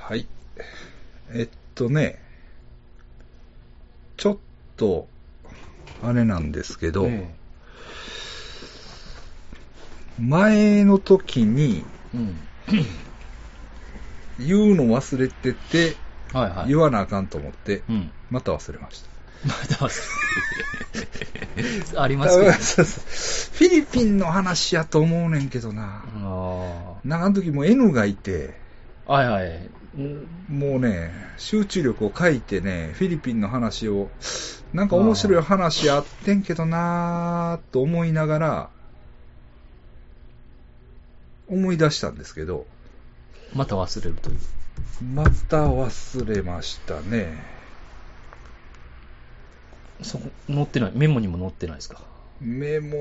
はい。ちょっと、あれなんですけど、前の時に、言うの忘れてて、言わなあかんと思って、また忘れました。 また忘れてありますけど、ね、 フィリピンの話やと思うねんけどな。なんかあの時も N がいて、もうね、集中力を欠いてね、フィリピンの話を、なんか面白い話あってんけどなぁと思いながら、思い出したんですけど、 また忘れるという。 また忘れましたね。 そこ載ってない、メモにも載ってないですか？ メモ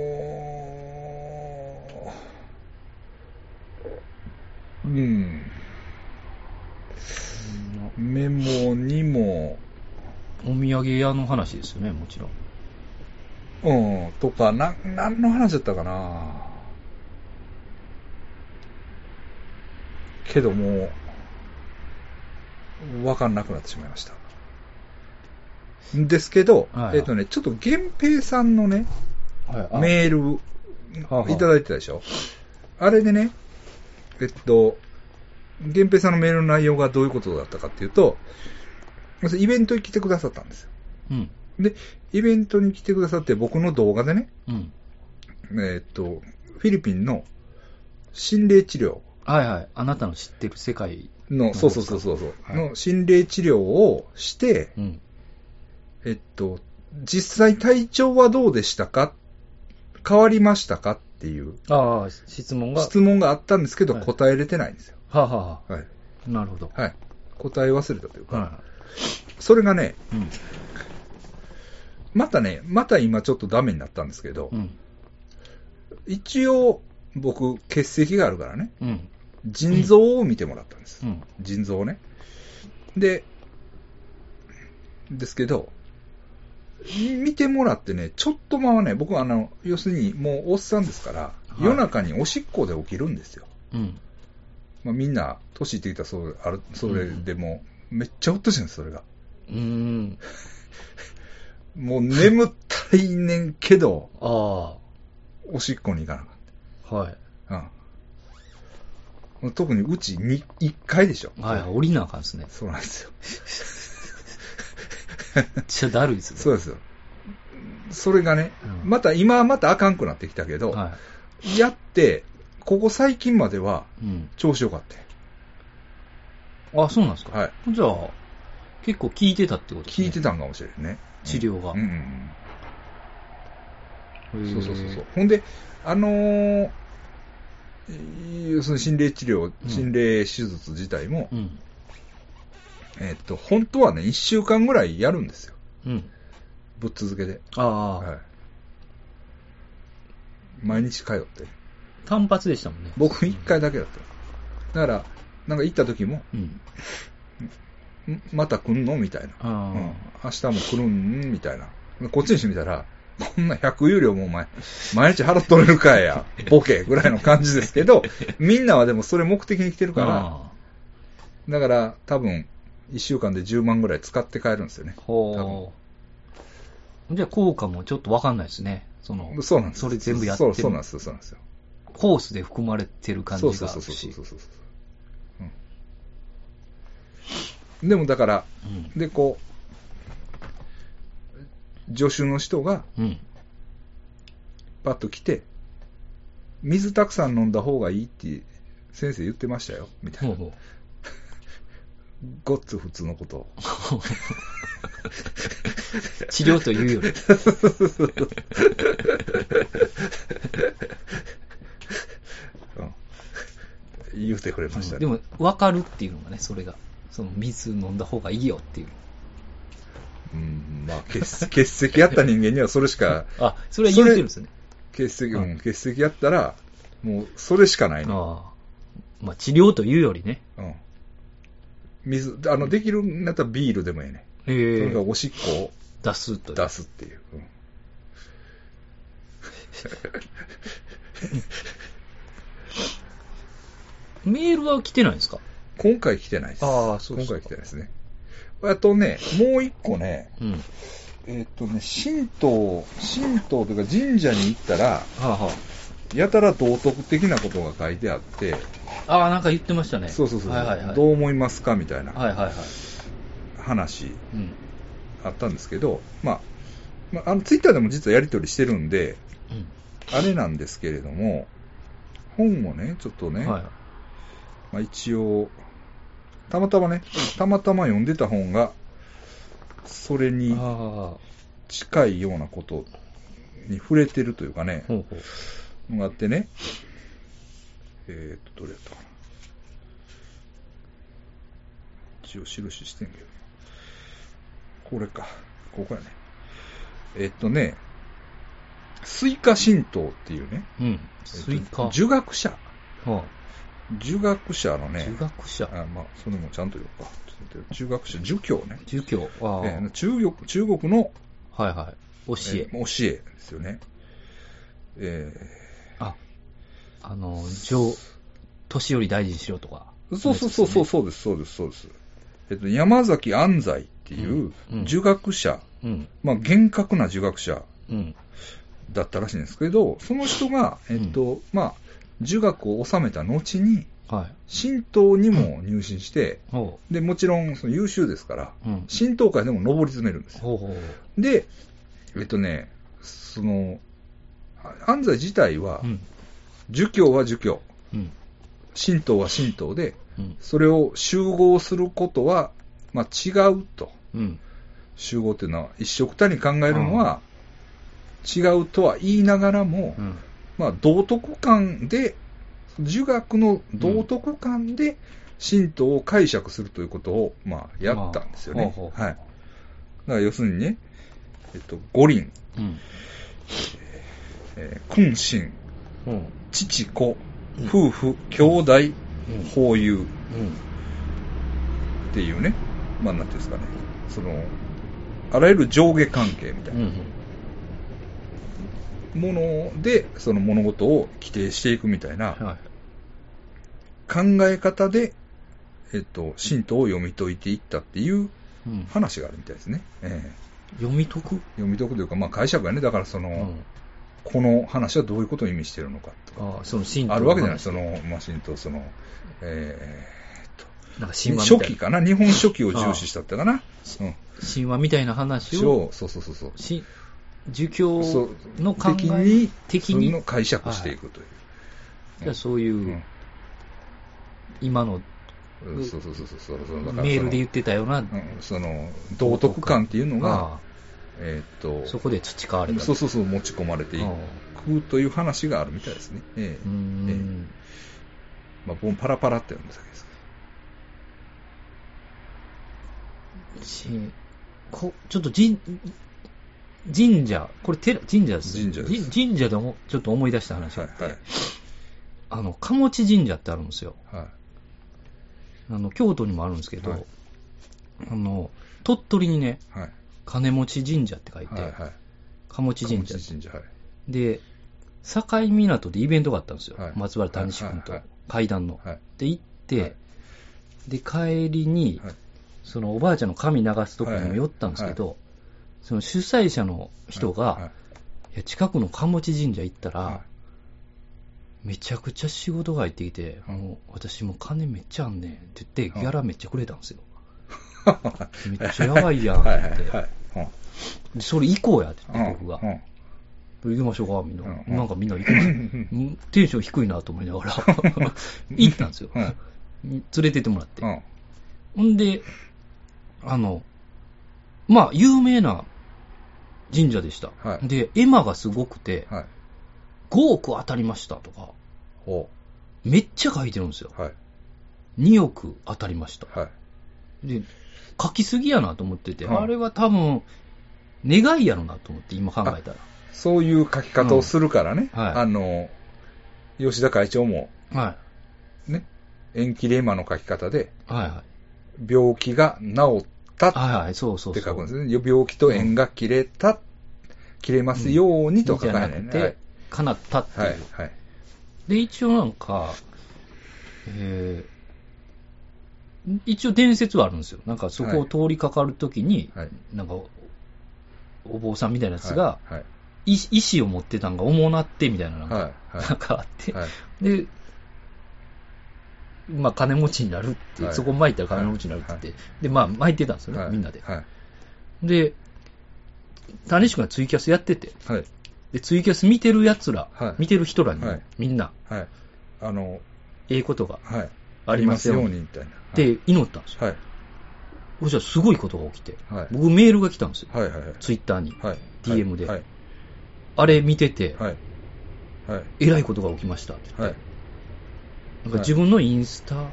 にもお土産屋の話ですよね、もちろん。 とか、何の話だったかな。けどもう分かんなくなってしまいました。ですけど、ちょっと源平さんのね、メールいただいてたでしょ。あれでね、源平さんのメールの内容がどういうことだったかっていうと、まずイベントに来てくださったんですよ。で、イベントに来てくださって僕の動画でね、フィリピンの心霊治療。 あなたの知ってる世界の、そう、の心霊治療をして、実際体調はどうでしたか？変わりましたかっていう質問があったんですけど、答えれてないんですよ。 なるほど。 答え忘れたというか、それがね、また今ちょっとダメになったんですけど、一応僕結石があるからね、腎臓を見てもらったんです。腎臓をね。ですけど、見てもらってね、ちょっと間はね、僕は要するにもうおっさんですから、夜中におしっこで起きるんですよ。みんな、年いってきたそれでも、めっちゃうっとしいんです、それが。もう眠たいねんけど、おしっこに行かなかった。特にうち1階でしょ。 降りなあかんですね。 そうなんですよ。 めっちゃだるいですね。 そうですよ。それがね、またあかんくなってきたけど、やって、ここ最近までは、調子よかった。 そうなんですか。じゃあ、結構効いてたってことですね。 効いてたんかもしれんね。 治療が。 そう。ほんで、要するに心霊治療、心霊手術自体も、本当はね、1週間ぐらいやるんですよ。ぶっ続けで。毎日通って。 単発でしたもんね。 僕1回だけだった。だから、なんか行った時も、また来んのみたいな。明日も来るんみたいな。こっちにしてみたら、こんな100有料もお前、毎日払っとれるかや、ボケぐらいの感じですけど、みんなはでもそれ目的に来てるから、だから多分、1週間で10万ぐらい使って帰るんですよね。 じゃあ効果もちょっとわかんないですね。 そうなんです。 それ全部やってる。 そうなんですよ。 コースで含まれてる感じがあるし。 でもだから、でこう、助手の人が、パッと来て、水たくさん飲んだ方がいいって先生言ってましたよ、みたいな。ごっつ普通のことを。 治療というより。 言うてくれましたね。 でも、分かるっていうのがね、それが。その水飲んだ方がいいよっていう。 欠席やった人間にはそれしか。 それは言うてるんですよね。 欠席やったら、もうそれしかないね。 治療というよりね。 水、できるんだったらビールでもいいね。それがおしっこを出すっていう。 メールは来てないんですか？ 今回来てないです。 ああ、そうです。 今回来てないですね。あとね、もう一個ね、 うん。 神道というか神社に行ったら、 はあはやたら道徳的なことが書いてあって、 あ。ああ、なんか言ってましたね。 そうそうそう、 はいはいはい、 どう思いますかみたいな話あったんですけど、ツイッターでも実はやり取りしてるんで、あれなんですけれども、本をね、ちょっとね、一応、たまたま読んでた本が、それに近いようなことに触れてるというかね、のがあってね、どれやったかな。一応印してんけど、これか、ここやね。スイカ神道っていうね、 スイカ儒学者。儒学者のね、 儒学者。 それもちゃんと言おうか。儒学者、儒教ね。 儒教。 中国の、 教えですよね。 年寄り大事にしろとか。 そうです。山崎安西っていう儒学者、厳格な儒学者だったらしいんですけど、その人が、儒学を収めた後に、神道にも入信して、で、もちろんその優秀ですから、神道界でも上り詰めるんですよ。で、その、安西自体は、儒教は儒教、神道は神道で、それを集合することは、違うと。集合っていうのは、一緒くたに考えるのは、違うとは言いながらも、道徳観で、儒学の道徳観で神道を解釈するということを、やったんですよね。だから要するにね、五倫、君臣、父子、夫婦、兄弟、法友っていうね、なんていうんですかね、あらゆる上下関係みたいなもので、その物事を規定していくみたいな考え方で、神道を読み解いていったっていう話があるみたいですね。 読み解くというか、解釈がね、だからこの話はどういうことを意味しているのかとか、あるわけじゃない。神道、 なんか神話初期かな、日本書紀を重視したってかな。 神話みたいな話を、儒教の考え的に解釈していくという。 じゃあそういう、今のメールで言ってたような、 道徳観っていうのが、 そこで培われた。 持ち込まれていくという話があるみたいですね。僕パラパラって読んだだけですちょっと神社、これ神社です。神社でもちょっと思い出した話があって、鴨地神社ってあるんですよ。京都にもあるんですけど、鳥取にね、金持神社って書いて、鴨地神社。で、境港でイベントがあったんですよ。松原谷志君と階段の。で、行って、で、帰りに、そのおばあちゃんの髪流すとこにも寄ったんですけど、その主催者の人が、近くの鴨地神社行ったら、めちゃくちゃ仕事が入ってきて、もう私もう金めっちゃあんねんって言って、ギャラめっちゃくれたんですよ。めっちゃやばいやんって。でそれ行こうやって言って僕が。行きましょうかみんな。なんかみんな行くな。テンション低いなと思いながら行ったんですよ。連れてってもらって。ほんで、有名な神社でした。で、絵馬がすごくて、5億当たりましたとか、めっちゃ書いてるんですよ。2億当たりました。で、書きすぎやなと思ってて、あれは多分、願いやろなと思って今考えたら。 そういう書き方をするからね。吉田会長も、ね、縁切れ絵馬の書き方で、病気が治ったって書くんですね。病気と縁が切れますようにと書かないね。 叶ったっていう。で、一応なんか、 一応伝説はあるんですよ。なんかそこを通りかかるときに、なんか、お坊さんみたいなやつが、石を持ってたんが重なってみたいななんかあって、で、まあ金持ちになるって、そこ巻いたら金持ちになるって言って、で、まあ巻いてたんですよね、みんなで。で、谷氏君がツイキャスやってて、で、ツイキャス見てる奴ら、見てる人らに、みんな、ええことがありますように、みたいな。で、祈ったんですよ。そしたらすごいことが起きて、僕メールが来たんですよ。ツイッターに、DM で。あれ見てて、えらいことが起きましたって言って。なんか自分のインスタ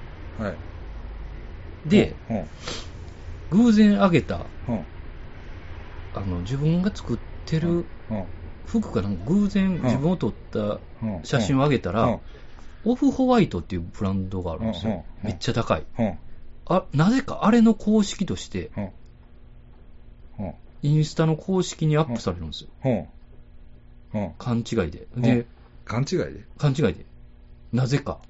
で、偶然上げた、自分が作ってる服かなんか偶然自分を撮った写真を上げたら、オフホワイトっていうブランドがあるんですよ。めっちゃ高い。なぜかあれの公式として、インスタの公式にアップされるんですよ。勘違いで。で、 勘違いで勘違いで。なぜか。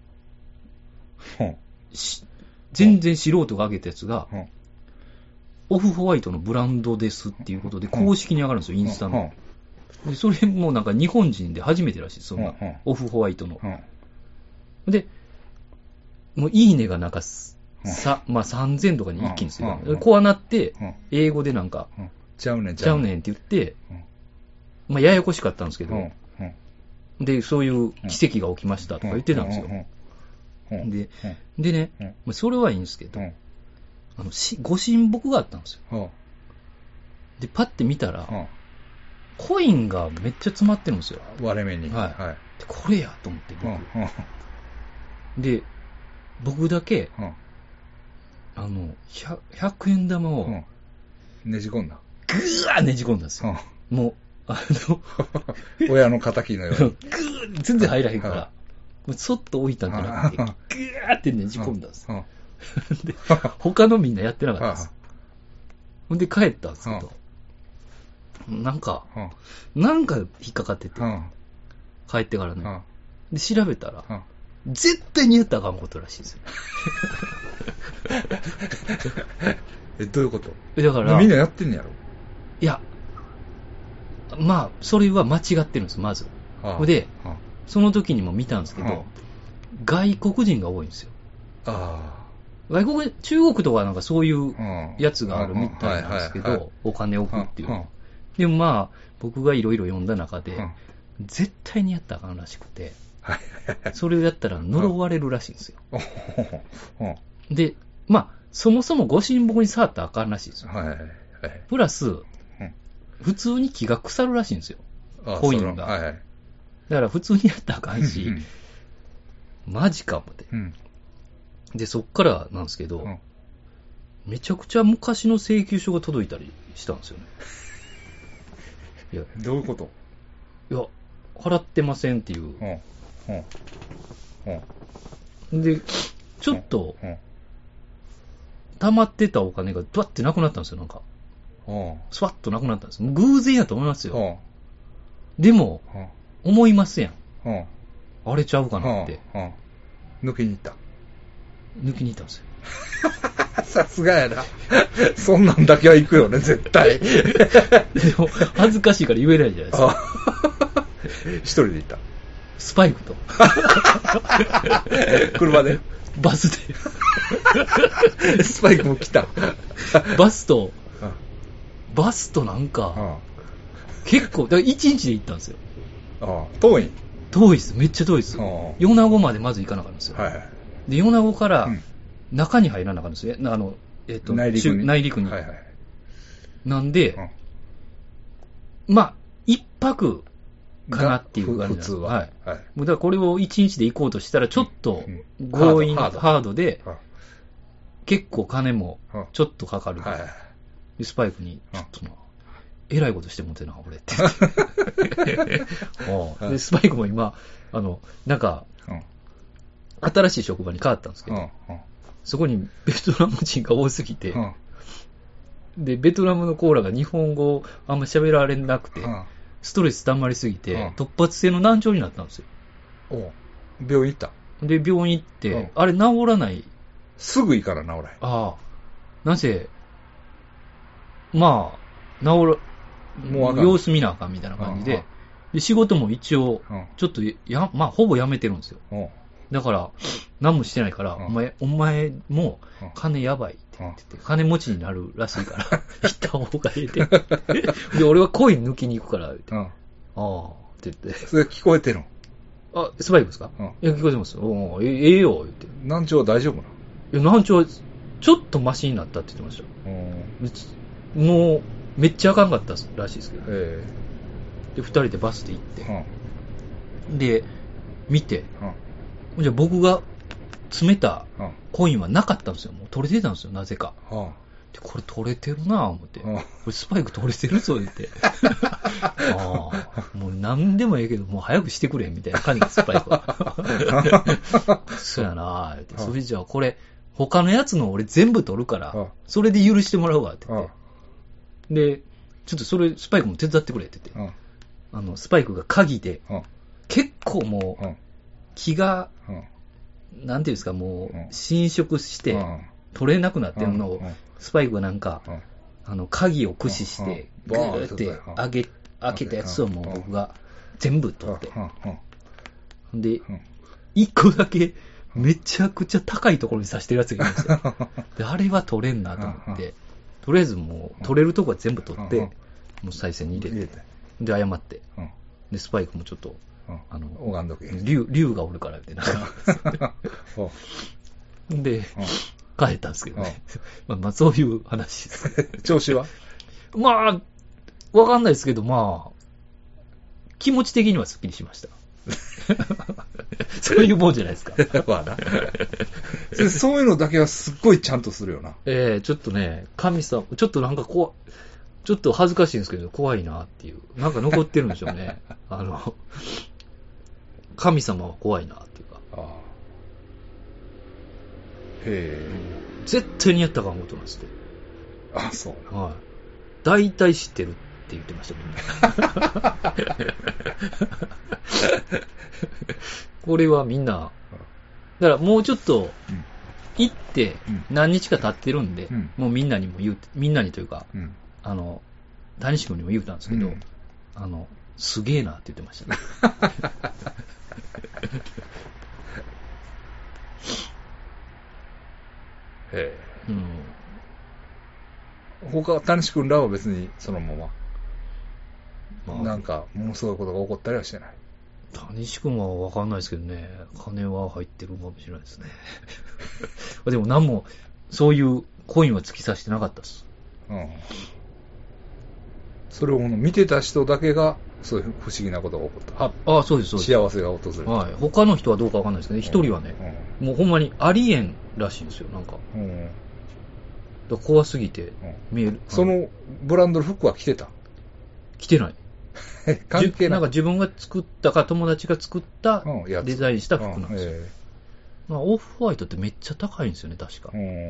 全然素人が上げたやつが、オフホワイトのブランドですっていうことで公式に上がるんですよ、インスタの。でそれもなんか日本人で初めてらしいです、そんな。オフホワイトの。で、もういいねがなんかまあ3000とかに一気にする。こうなって、英語でなんか、 ちゃうねんって言って、まあややこしかったんですけど、で、そういう奇跡が起きましたとか言ってたんですよ。でね、それはいいんですけど、ご神木があったんですよ。で、パッて見たら、コインがめっちゃ詰まってるんですよ。 割れ目に。 これやと思って僕。で、僕だけ、100円玉を、 ねじ込んだ。 ぐーねじ込んだんですよ。もう、親の仇のように。 ぐー全然入らへんから、そっと置いたんじゃなくて、ぐーってねじ込んだんですよ。で、他のみんなやってなかったんです。ほんで帰ったんですけど、なんか引っかかってて、帰ってからね。で、調べたら、絶対にやったらあかんことらしいですよ。 どういうこと？ だから、 みんなやってんねやろ？ いや、まあ、それは間違ってるんです、まず。で、その時にも見たんですけど、外国人が多いんですよ。中国とかなんかそういうやつがあるみたいなんですけど、お金置くっていう。でもまあ、僕がいろいろ読んだ中で、絶対にやったらあかんらしくて、それをやったら呪われるらしいんですよ。で、まあ、そもそもご神木に触ったらあかんらしいんですよ。プラス、普通に木が腐るらしいんですよ。コインが。だから普通にやったらあかんし、マジか思って。で、そっからなんですけど、めちゃくちゃ昔の請求書が届いたりしたんですよね。 いや、どういうこと？ いや、払ってませんっていう。で、ちょっと、溜まってたお金がドワッてなくなったんですよ、なんか。スワッとなくなったんです。偶然やと思いますよ。でも、思いますやん。あれちゃうかなって。 抜きに行った。 抜きに行ったんですよ。 さすがやな。そんなんだけは行くよね、絶対。でも、恥ずかしいから言えないじゃないですか。 一人で行った。 スパイクと。 車でバスで。スパイクも来た。 バスとなんか、結構、だから1日で行ったんですよ。 遠い？ 遠いです。めっちゃ遠いです。米子までまず行かなかったんですよ。で、米子から中に入らなかったんですよ。内陸に。なんで、まあ、一泊かなっていう感じなんです。普通は。だからこれを1日で行こうとしたら、ちょっと強引、ハードで、結構金もちょっとかかる。で、スパイクに、ちょっとえらいことしてもてな、俺って。で、スパイクも今、なんか、新しい職場に変わったんですけど、そこにベトナム人が多すぎて、で、ベトナムのコーラが日本語あんま喋られなくて、ストレス溜まりすぎて、突発性の難聴になったんですよ。 病院行った？ で、病院行って、あれ治らないすぐ行から治らへん。 なぜ、まあ、もう様子見なあかんみたいな感じで、で仕事も一応、ちょっとまあ、ほぼやめてるんですよ。だから、何もしてないから、お前も金やばいって言ってて、金持ちになるらしいから、行った方がいいって。で、俺はコイン抜きに行くから、って。って言って。 それ聞こえてるの？ スパイクですか？いや、聞こえてます。ええよ、言って。 難聴は大丈夫なの？ いや、難聴はちょっとマシになったって言ってました。もう、めっちゃあかんかったらしいですけど。で、二人でバスで行って。で、見て。じゃあ僕が詰めたコインはなかったんですよ。もう取れてたんですよ、なぜか。で、これ取れてるなぁ思って。これスパイク取れてるぞ、言って。もう何でもええけど、もう早くしてくれ、みたいな感じで、スパイクは。そうやなぁ、言って。それじゃあこれ、他のやつの俺全部取るから、それで許してもらうわ、って言って。で、ちょっとそれ、スパイクも手伝ってくれ、って言って。スパイクが鍵で、結構もう、気が、なんていうんですか、もう、侵食して、取れなくなってるのを、スパイクがなんか、鍵を駆使して、ぐーって開けたやつをもう僕が全部取って。で、一個だけ、めちゃくちゃ高いところに刺してるやつがいるんですよ。で、あれは取れんなと思って、とりあえずもう、取れるとこは全部取って、もう再生に入れて、で、謝って、で、スパイクもちょっと、 拝んどけ。 竜がおるから、みたいな。で、帰ったんですけどね。まあ、そういう話です。 調子は？ まあ、わかんないですけど、まあ、気持ち的にはスッキリしました。そういうもんじゃないですか。 まあな。そういうのだけはすっごいちゃんとするよな。 ちょっとね、神様、ちょっとなんかちょっと恥ずかしいんですけど、怖いなっていう。なんか残ってるんでしょうね。神様は怖いなっていうか。絶対にやったかんことなんですって。 そう。 はい。大体知ってるって言ってましたけどね。これはみんな、だからもうちょっと、行って何日か経ってるんで、もうみんなにもみんなにというか、谷志君にも言うたんですけど、すげえなって言ってましたね。 谷志君らは別にそのまま、なんか、ものすごいことが起こったりはしてない。 谷志君は分かんないですけどね、金は入ってるかもしれないですね。でも何も、そういうコインは突き刺してなかったです。 それを見てた人だけが、そういう不思議なことが起こった。 そうです、そうです。 幸せが訪れる。 はい。他の人はどうか分かんないですけど、一人はね、もうほんまにありえんらしいんですよ、なんか。だ怖すぎて、見える。 そのブランドの服は着てた？ 着てない。 関係ない。 なんか自分が作ったか友達が作ったデザインした服なんですよ。オフホワイトってめっちゃ高いんですよね、確か。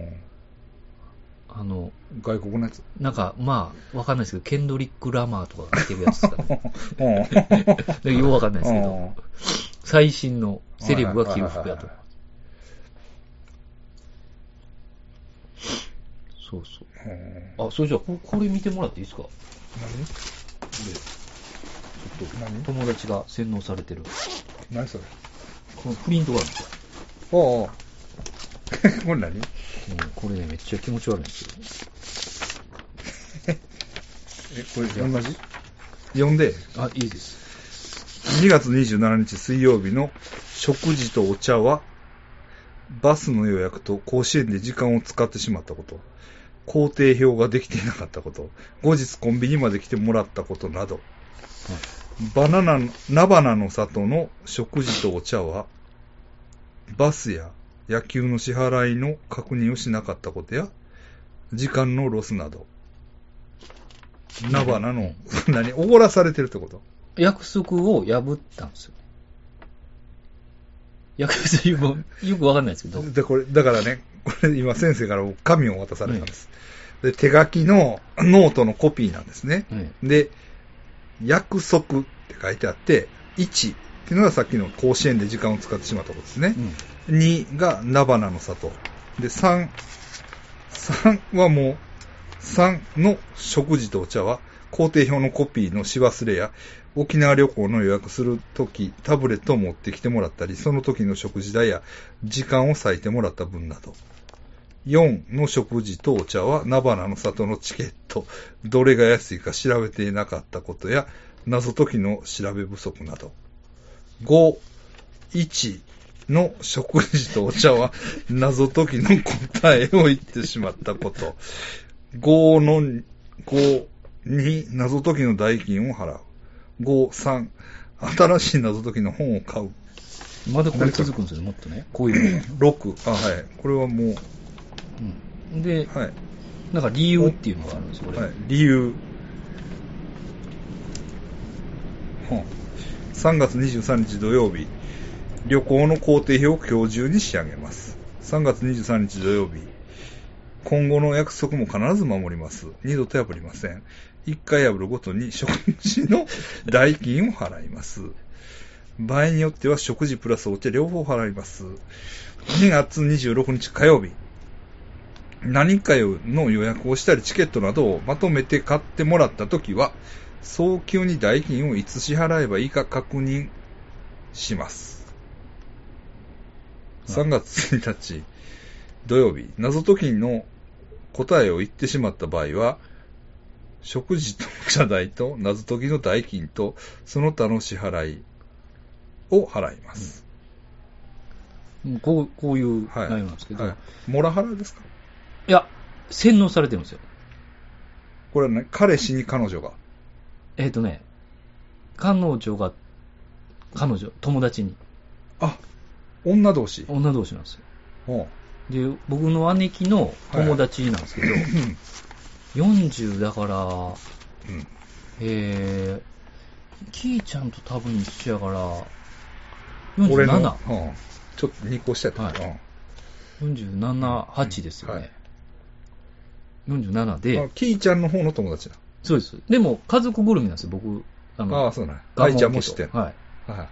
外国のやつなんか、まあ、わかんないですけど、ケンドリック・ラマーとかが着てるやつですかね。ようわかんないですけど、最新のセレブが着る服やと。そうそう。それじゃあ、これ見てもらっていいですか？何？友達が洗脳されてる。 何それ？ このプリントがあるんですよ。 これ何？ これね、めっちゃ気持ち悪いんですよ。 これ同じ？読んで。 いいです。 2月27日水曜日の食事とお茶は、バスの予約と甲子園で時間を使ってしまったこと、工程表ができていなかったこと、後日コンビニまで来てもらったことなど、菜花の里の食事とお茶は、バスや野球の支払いの確認をしなかったことや、時間のロスなど、菜花の、おごらされてるってこと？ 約束を破ったんですよ。約束もよくわかんないですけど。 で、だからね、これ今先生から紙を渡されたんです。で、手書きのノートのコピーなんですね。で、約束って書いてあって、1っていうのがさっきの甲子園で時間を使ってしまったことですね。2が菜花の里。 で、3はもう、3の食事とお茶は、工程表のコピーのし忘れや、沖縄旅行の予約するとき、タブレットを持ってきてもらったり、その時の食事代や時間を割いてもらった分など。4の食事とお茶は、菜花の里のチケット、どれが安いか調べていなかったことや、謎解きの調べ不足など。5、1の食事とお茶は、謎解きの答えを言ってしまったこと。5、2、謎解きの代金を払う。5、3、新しい謎解きの本を買う。 まだこれ続くんですよね、もっとね。こういうの。 6、はい。これはもう、 うん。で、はい。なんか理由っていうのがあるんですよ、これ。 はい。理由。3月23日土曜日、旅行の工程表を今日中に仕上げます。3月23日土曜日、今後の約束も必ず守ります。二度と破りません。1回破るごとに食事の代金を払います。場合によっては食事プラスお茶両方払います。2月26日火曜日、何かの予約をしたりチケットなどをまとめて買ってもらったときは、早急に代金をいつ支払えばいいか確認します。3月1日土曜日、謎解きの答えを言ってしまった場合は、食事とお茶代と謎解きの代金とその他の支払いを払います。 こういう内容なんですけど、はいはい、 モラハラですか？ いや、洗脳されてるんですよ。 これはね、彼氏に彼女が。 友達に。 あ、女同士なんですよ。で、僕の姉貴の友達なんですけど、はい、40だから、キーちゃんと多分一緒やから、47。 俺の、ちょっと2個下やった、はい、 47、8ですよね。はい、47で。 キーちゃんの方の友達だ。 そうです。でも、家族ぐるみなんですよ、僕。 そうなん。愛ちゃんも知ってん。 はい。はい。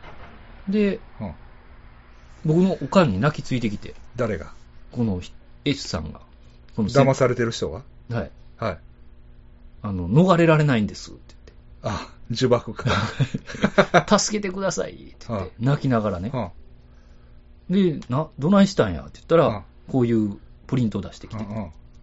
で、僕のおかんに泣きついてきて。 誰が？ この S さんが。 騙されてる人が？ はい。 はい。 逃れられないんですって言って。呪縛か。 助けてくださいって言って、泣きながらね。で、どないしたんやって言ったら、こういうプリントを出してきて。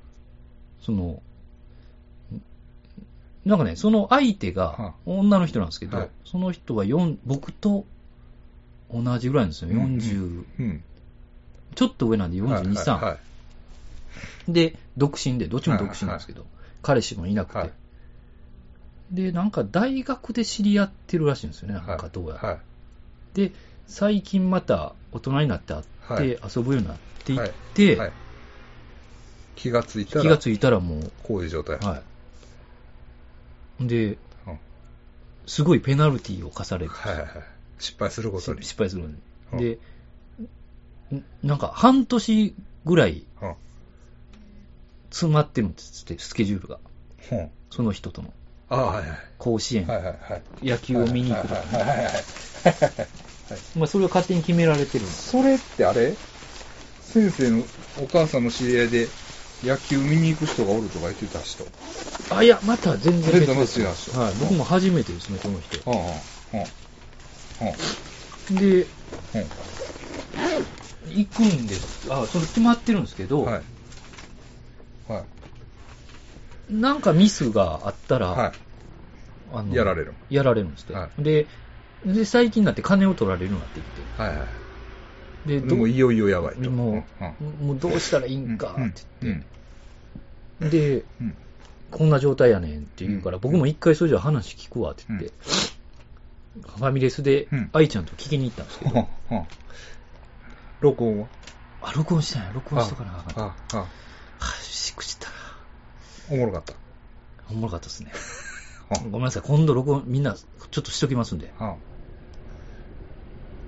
なんかね、その相手が女の人なんですけど、その人が僕と同じぐらいなんですよ。40、ちょっと上なんで42、3。で、独身で、どっちも独身なんですけど、彼氏もいなくて。で、なんか大学で知り合ってるらしいんですよね、なんかどうやら。で、最近また大人になって会って遊ぶようになっていって、 気がついたらもう、 こういう状態。 はい。で、すごいペナルティを課されて、 失敗することに。 失敗するのに。で、なんか半年ぐらい詰まってるんですって、スケジュールが。その人との。甲子園、野球を見に行くとか。それを勝手に決められてる。 それってあれ？先生のお母さんの知り合いで野球見に行く人がおるとか言ってた人。 いや、また全然別ですよ。 僕も初めてですね、この人。で、行くんです。それ決まってるんですけど、なんかミスがあったら、 やられるんですって。で、最近になって金を取られるようになってきて。で、もういよいよやばいと。 もうどうしたらいいんかって言って。で、こんな状態やねんって言うから、僕も一回それじゃ話聞くわって言って、ファミレスで愛ちゃんと聞きに行ったんですけど、 録音は？ 録音したんや。録音したからなかった。しくじったな。 おもろかった。 おもろかったですね。ごめんなさい、今度録音みんなちょっとしときますんで。だから、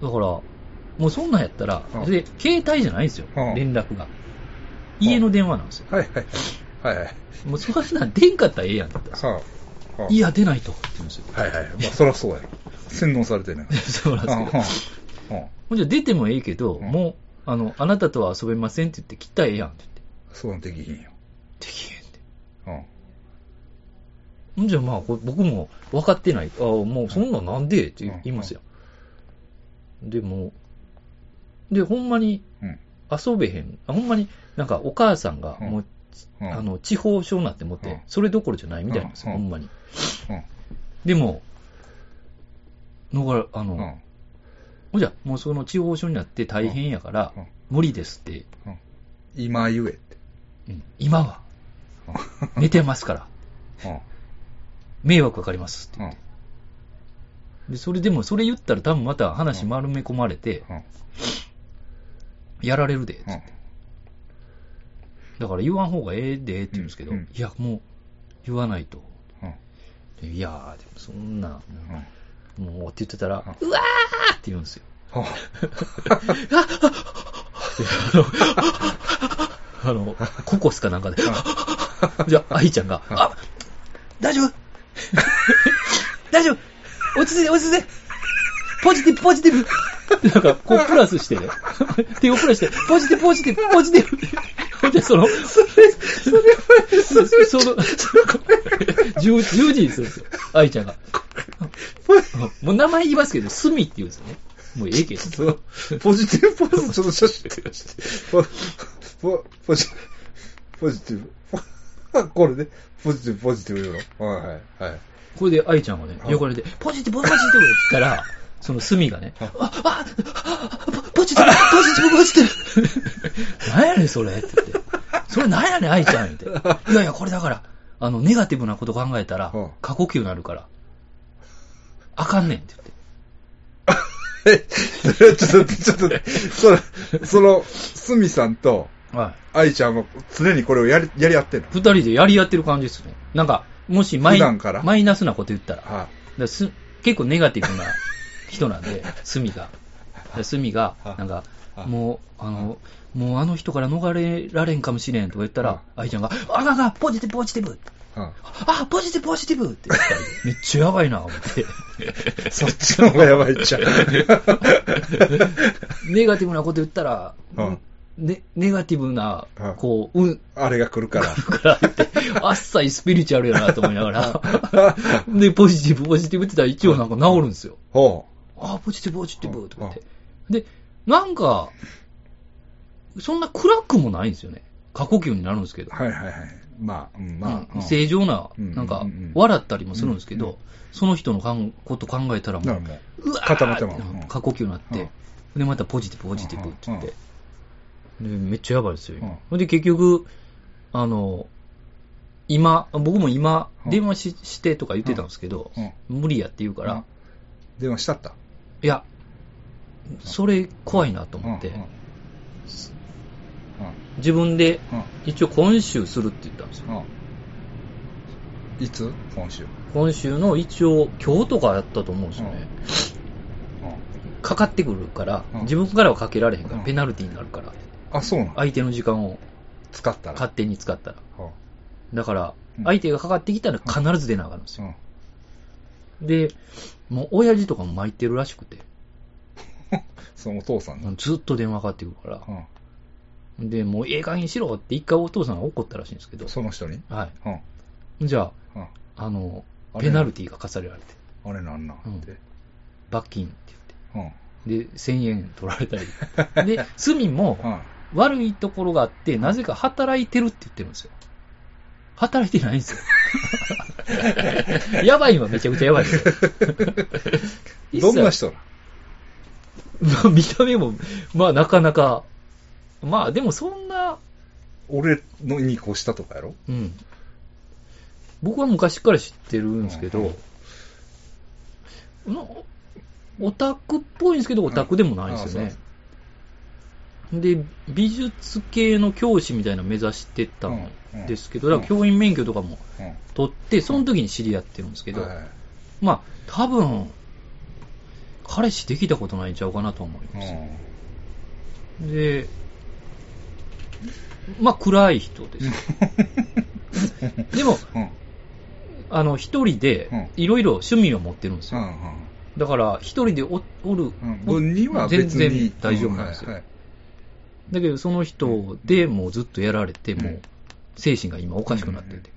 もうそんなんやったら、で、携帯じゃないんですよ、連絡が。家の電話なんですよ。もうそんなん出んかったらええやんって言ったら、いや、出ないとって言うんですよ。 そりゃそうやろ。洗脳されてるね。 そうなんですけど。じゃあ出てもええけど、もうあなたとは遊べませんって言って切ったらええやんって言って。 そうできひんよ。 できへんって。じゃあまあ、僕も分かってない。もうそんなんなんでって言いますよ。でも、ほんまに遊べへん。ほんまになんかお母さんがもう、地方症になって思って、それどころじゃないみたいなんですよ、ほんまに。でも、じゃあもうその地方症になって大変やから、無理ですって。 今言えって。 今は。寝てますから。迷惑かかりますって言って。で、それでも、それ言ったら多分また話丸め込まれて、やられるで、つって。だから言わん方がええで、って言うんですけど、いや、もう、言わないと。いやー、でもそんな、もうって言ってたら、うわーって言うんですよ。ココスかなんかで、じゃあ、愛ちゃんが、大丈夫大丈夫落ち着いて落ち着いてポジティブポジティブなんか、こうプラスしてね。手をプラスして、ポジティブポジティブポジティブで、その、10時にするんですよ。愛ちゃんが。もう名前言いますけど、スミって言うんですよね。もうええけど。 ポジティブポーズちょっと写真出して。ポジティブ。これで、ポジティブポジティブ言うの。はい。 これで愛ちゃんがね、横で、ポジティブポジティブって言ったら、そのスミがね、ポジティブポジティブポジティブ何やねんそれって言って。それ何やねん愛ちゃんって。いやいや、これだから、ネガティブなこと考えたら、過呼吸になるから、あかんねんって言って。ちょっと、その、スミさんと、愛ちゃんは常にこれをやり合ってんの？ 二人でやり合ってる感じですね。なんか、もしマイナスなこと言ったら、結構ネガティブな人なんで、スミが、なんか、もうあの人から逃れられんかもしれんとか言ったら、愛ちゃんが、ポジティブポジティブポジティブポジティブって言ったら、めっちゃやばいな、思って。 そっちの方がやばいっちゃう。 ネガティブなこと言ったら、ネガティブな、こう、 あれが来るから。 あっさいスピリチュアルやなと思いながら。で、ポジティブって言ったら一応なんか治るんですよ。ポジティブとか言って。で、なんか、そんな暗くもないんですよね。過呼吸になるんですけど。正常な、なんか、笑ったりもするんですけど、その人のこと考えたらもう、 固まっても過呼吸になって、で、またポジティブって言って。で、めっちゃやばいですよ。で、結局、僕も今、電話してとか言ってたんですけど、無理やって言うから。 電話したった？ いや、それ怖いなと思って、自分で、一応今週するって言ったんですよ。 いつ？ 今週の一応、今日とかやったと思うんですよね。かかってくるから、自分からはかけられへんから、ペナルティになるから。 そうなの？ 相手の時間を使ったら。 勝手に使ったら。だから、相手がかかってきたら必ず出なあかんんですよ。で、もう親父とかも巻いてるらしくて。 そのお父さんがずっと電話かかってくるから。で、もうええ加減しろって一回お父さんが怒ったらしいんですけど。 その人に？ はい。じゃあ、ペナルティが課されられて。 あれなんなんって。 罰金って言って。で、1000円取られたり。で、スミも、悪いところがあって、なぜか働いてるって言ってるんですよ。働いてないんですよ。やばいわ、めちゃくちゃやばいですよ。 どんな人見た目も、まあなかなか、まあでもそんな。 俺のに越したとかやろ？ 僕は昔から知ってるんですけど、オタクっぽいんですけど、オタクでもないんですよね。で、美術系の教師みたいなの目指してたんですけど、だから教員免許とかも取って、その時に知り合ってるんですけど、まあ、多分、彼氏できたことないんちゃうかなと思います。で、まあ、暗い人です。でも、一人で、いろいろ趣味を持ってるんですよ。だから、一人でおる分には全然大丈夫なんですよ。 だけどその人でもうずっとやられて、もう精神が今おかしくなってて。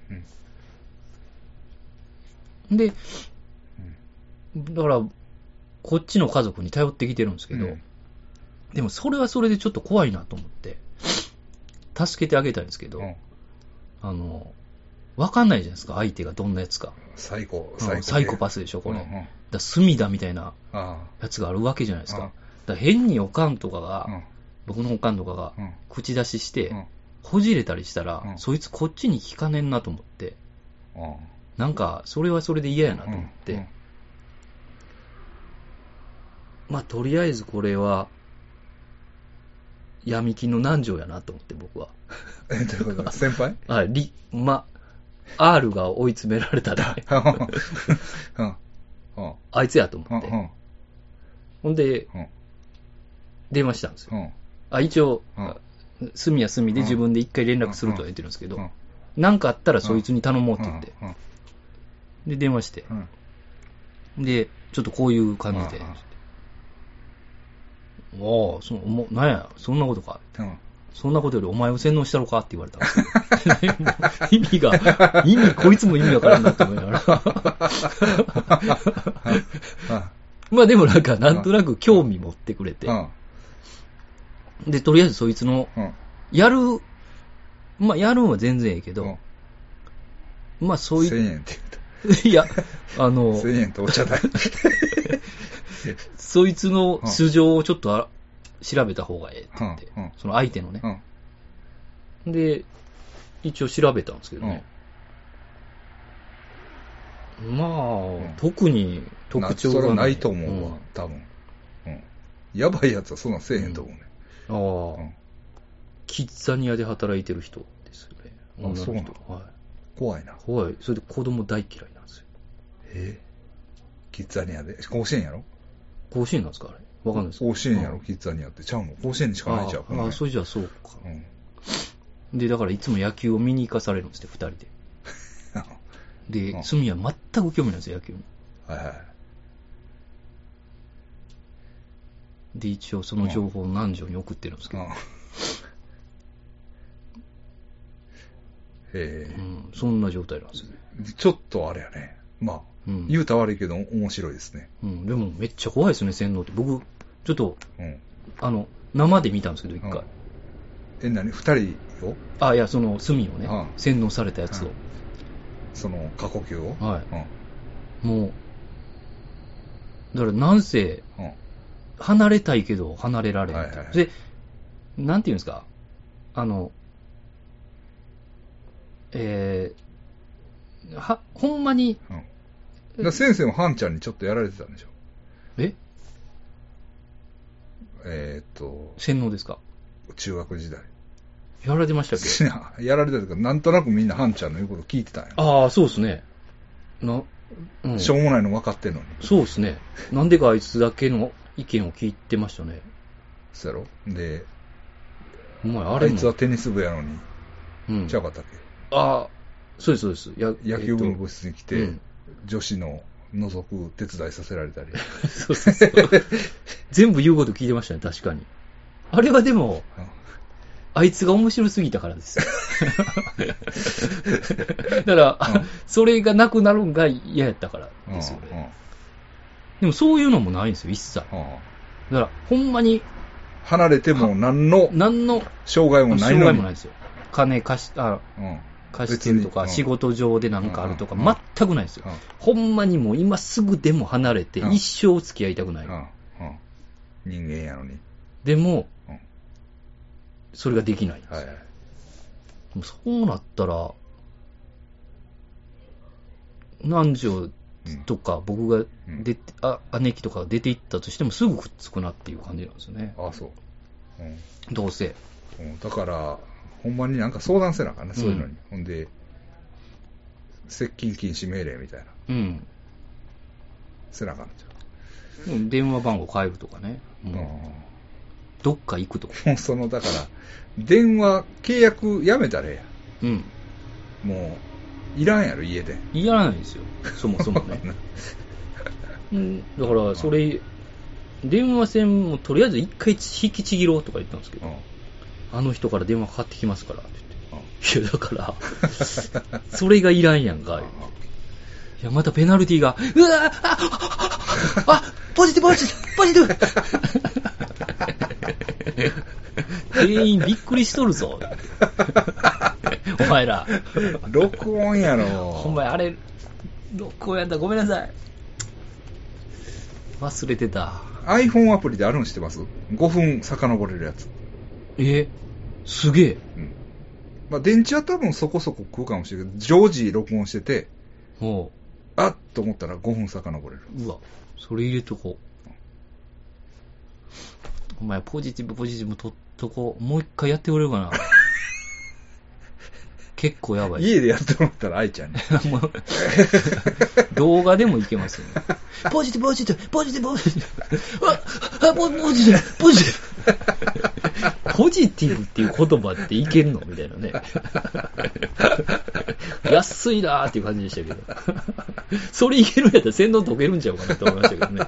で、だから、こっちの家族に頼ってきてるんですけど、でもそれはそれでちょっと怖いなと思って、助けてあげたいんですけど、わかんないじゃないですか、相手がどんなやつか。 サイコパスでしょ、これ。だ隅田みたいなやつがあるわけじゃないですか。だ変におかんとかが、僕のおかんとかが口出しして、こじれたりしたら、そいつこっちに聞かねんなと思って、なんか、それはそれで嫌やなと思って、まあ、とりあえずこれは、闇金の南條やなと思って、僕は。 どういうこと先輩はい、R が追い詰められたら、あいつやと思って。ほんで、電話したんですよ。一応、隅は隅で自分で一回連絡するとは言ってるんですけど、なんかあったらそいつに頼もうって言って。で、電話して。で、ちょっとこういう感じで。なんや、そんなことか。そんなことよりお前を洗脳したろかって言われたんですよ。こいつも意味わからんなって思いながら。まあでもなんとなく興味持ってくれて。で、とりあえずそいつの、やるんは全然ええけど、まあそういう。 1000円って言った。いや、 1000円とお茶代。 そいつの素性をちょっと調べた方がええって言って、その相手のね。で、一応調べたんですけどね。まあ、特に特徴がないと思うわ、多分。やばいやつはそんなんせえへんと思うね。 キッザニアで働いてる人ですよね。 そうなの？怖いな。 怖い。それで子供大嫌いなんですよ。 キッザニアで甲子園やろ？ 甲子園なんですかあれ？わかんないです。 甲子園やろ、キッザニアって。ちゃうの？甲子園にしかないじゃん。 それじゃそうか。で、だからいつも野球を見に行かされるんですって、二人で。で、隅は全く興味ないんですよ、野球に。で、一応その情報を南條に送ってるんですけど。そんな状態なんですよね。 ちょっとあれやね。まあ、言うた悪いけど面白いですね。 でもめっちゃ怖いですね、洗脳って。僕、ちょっと、生で見たんですけど、一回。 何？二人を？ いや、その隅をね、洗脳されたやつを。 その過呼吸を？ もう、だからなんせ、離れたいけど離れられない。で、なんていうんですか、ほんまに、 先生もハンちゃんにちょっとやられてたんでしょ？ 洗脳ですか？ 中学時代。 やられてましたっけ？やられてたとか、なんとなくみんなハンちゃんの言うこと聞いてたんや。 そうですね。 しょうもないの分かってんのに。 そうですね。なんでかあいつだけの意見を聞いてましたね。 そうやろ？で、 あいつはテニス部やのに、ちゃうかったっけ？ そうです、そうです。 野球部の部室に来て、女子の覗く手伝いさせられたり。 そう。全部言うこと聞いてましたね、確かに。あれはでも、あいつが面白すぎたからです。だから、それがなくなるんが嫌やったからですよね。でもそういうのもないんですよ、一切。だから、ほんまに。 離れても何の障害もないのに。 障害もないですよ。金貸してるとか、仕事上でなんかあるとか、全くないですよ。ほんまにもう今すぐでも離れて、一生付き合いたくない。 人間やのに。 でも、それができないんですよ。そうなったら、南條とか僕が姉貴とかが出て行ったとしてもすぐくっつくなっていう感じなんですよね。 そう。 どうせ。 だから、ほんまになんか相談せなあかんね、そういうのに。ほんで、接近禁止命令みたいな。せなあかんじゃん。電話番号変えるとかね。どっか行くとか。 もうだから、電話契約やめたらええやん。もう、いらんやろ、家で。 いらないですよ、そもそもね。だから、電話線もとりあえず一回引きちぎろうとか言ったんですけど、 あの人から電話かかってきますからって言って。いや、だから、それがいらんやんか。いや、またペナルティーが、うわポジティブ、ポジティブ、ポジティブ店員びっくりしとるぞ。お前ら。 録音やろ。 お前、あれ、録音やったらごめんなさい。忘れてた。 iPhone アプリであるの知ってます？ 5 分遡れるやつ。 すげえ。 うん。まあ、電池は多分そこそこ食うかもしれないけど、常時録音してて、あっと思ったら5分遡れる。 うわ、それ入れとこう。お前、ポジティブ取っとこう。もう一回やってくれるかな。結構やばい。 家でやってもらったら愛ちゃんに。 動画でもいけますよね。ポジティブ。ポジティブ。ポジティブ。ポジティブっていう言葉っていけんのみたいなね。安いなーっていう感じでしたけど。それいけるんやったら洗脳解けるんちゃうかなと思いましたけどね。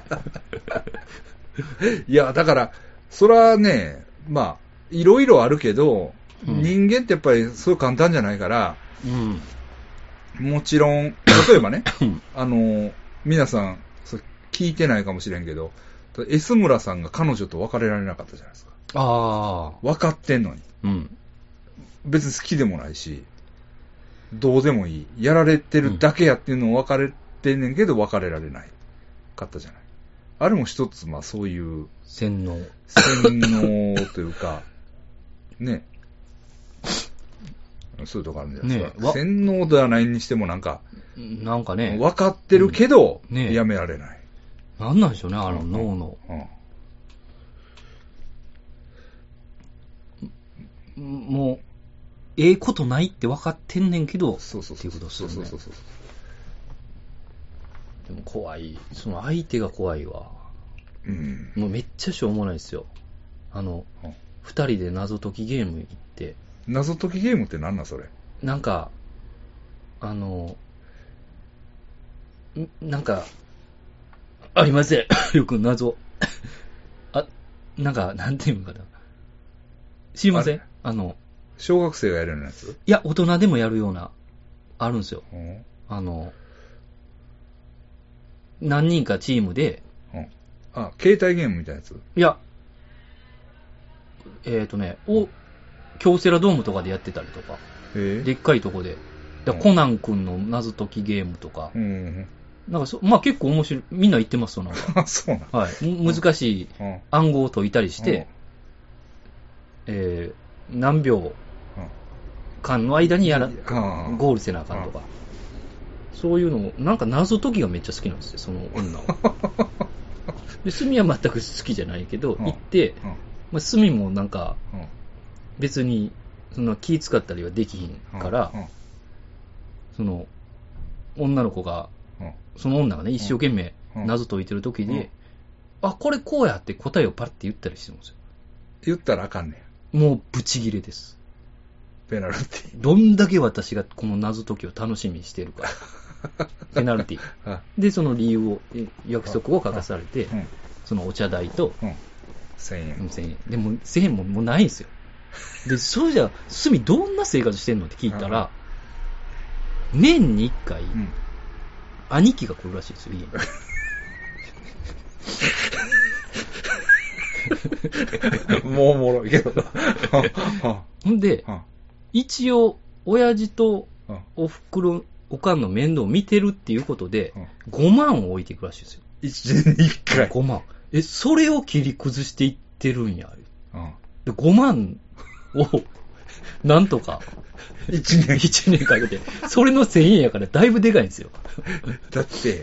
いや、だから、そらね、まあ、いろいろあるけど、人間ってやっぱりそう簡単じゃないから、もちろん、例えばね、皆さん、聞いてないかもしれんけど、S 村さんが彼女と別れられなかったじゃないですか。分かってんのに。別に好きでもないし、どうでもいい。やられてるだけやっていうのを分かれてんねんけど、別れられないかったじゃない。あれも一つ、まあそういう、 洗脳というか、ね。そういうとこあるんじゃないですか。洗脳ではないにしてもなんかね、分かってるけど、やめられない。 なんなんでしょうね、あの脳の。もう、ことないって分かってんねんけど、っていうことですよね。でも怖い。その相手が怖いわ。もうめっちゃしょうもないですよ。二人で謎解きゲーム行って。 謎解きゲームって何なんそれ？ なんか、なんか、ありません。よく謎。なんか、なんていうのかな。知りません？ 小学生がやるようなやつ？ いや、大人でもやるような、あるんですよ。何人かチームで。 携帯ゲームみたいなやつ？ いや、京セラドームとかでやってたりとか。でっかいとこで。コナン君の謎解きゲームとか。なんかまあ結構面白い。みんな言ってます、なんか。 そうなん。 はい。難しい暗号を解いたりして、何秒間の間にゴールせなあかんとか。そういうのを、なんか謎解きがめっちゃ好きなんですよ、その女は。で、隅は全く好きじゃないけど、行って、まあ、隅もなんか、別に、その気使ったりはできひんから、その、女の子が、その女がね、一生懸命謎解いてる時で、これこうやって答えをパッて言ったりしてるんですよ。 言ったらあかんねん。もうブチギレです。 ペナルティ。 どんだけ私がこの謎解きを楽しみにしてるか。ペナルティ。で、その理由を、約束を書かされて、そのお茶代と、 1000円。 1000円。でも1000円もうないんですよ。で、それじゃ、すみどんな生活してんのって聞いたら、年に1回、兄貴が来るらしいですよ、家に。もうおもろいけど。 ほんで、一応、親父とおふくろ、おかんの面倒を見てるっていうことで、5万を置いていくらしいですよ。 1年に1回。 5万。それを切り崩していってるんや。で、5万を、なんとか、1年かけて、それの1000円やからだいぶでかいんですよ。 だって、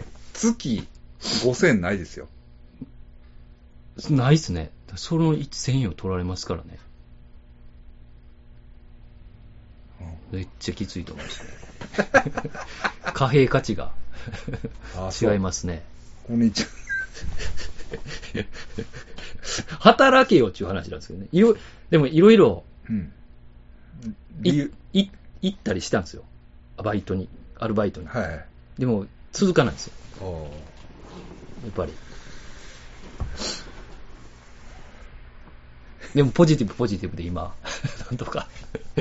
月5000ないですよ。 ないっすね。その1000円を取られますからね。めっちゃきついと思いますね。貨幣価値が違いますね。 お兄ちゃん。 働けよっていう話なんですけどね。でもいろいろ、行ったりしたんですよ。アルバイトに。でも続かないんですよ。やっぱり。 でもポジティブで今、なんとか。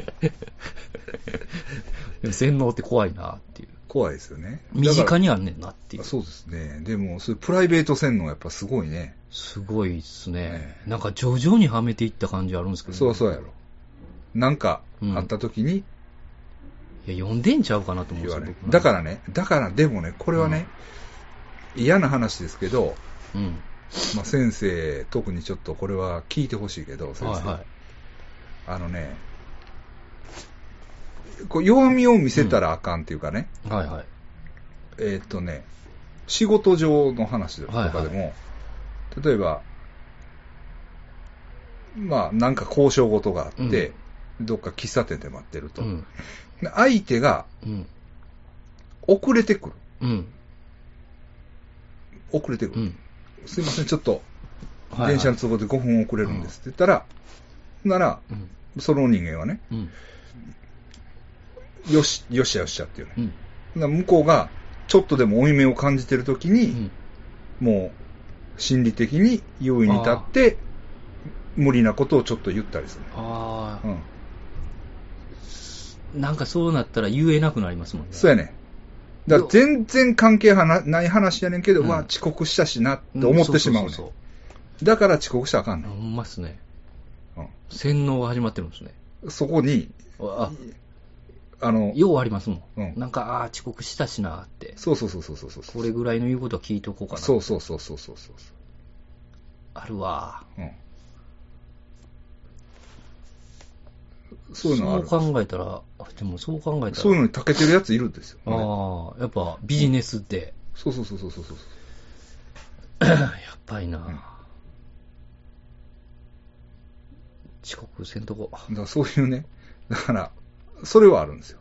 でも洗脳って怖いなっていう。 怖いですよね。 身近にあんねんなっていう。 そうですね。でも、そういうプライベート洗脳やっぱすごいね。 すごいっすね。なんか徐々にはめていった感じあるんですけど、 ね。そうやろ。なんかあった時に、いや、読んでんちゃうかなと思うんですよ、 だからでもね、これはね、嫌な話ですけど、まあ先生、特にちょっとこれは聞いてほしいけど、先生。こう弱みを見せたらあかんっていうかね、仕事上の話とかでも、例えば、まあなんか交渉事があって、どっか喫茶店で待ってると。相手が、遅れてくる。遅れてくる。すいません、ちょっと、電車の都合で5分遅れるんですって言ったら、なら、その人間はね、よっしゃっていうね。向こうが、ちょっとでも負い目を感じてるときに、もう、心理的に優位に立って、無理なことをちょっと言ったりする。 なんかそうなったら言えなくなりますもんね。 そうやね。だから全然関係ない話やねんけど、遅刻したしなって思ってしまうね。だから遅刻したらあかんねん。 ほんまっすね。洗脳が始まってるんですね。 そこに、 ようありますもん。なんか、遅刻したしなって。 そう。 これぐらいの言うことは聞いとこうかな。 そう。 あるわ。 そういうのある。 そう考えたら、そういうのに長けてるやついるんですよ。やっぱビジネスって。 そう。 やっぱりな。遅刻せんとこ。 だからそういうね、だから、それはあるんですよ。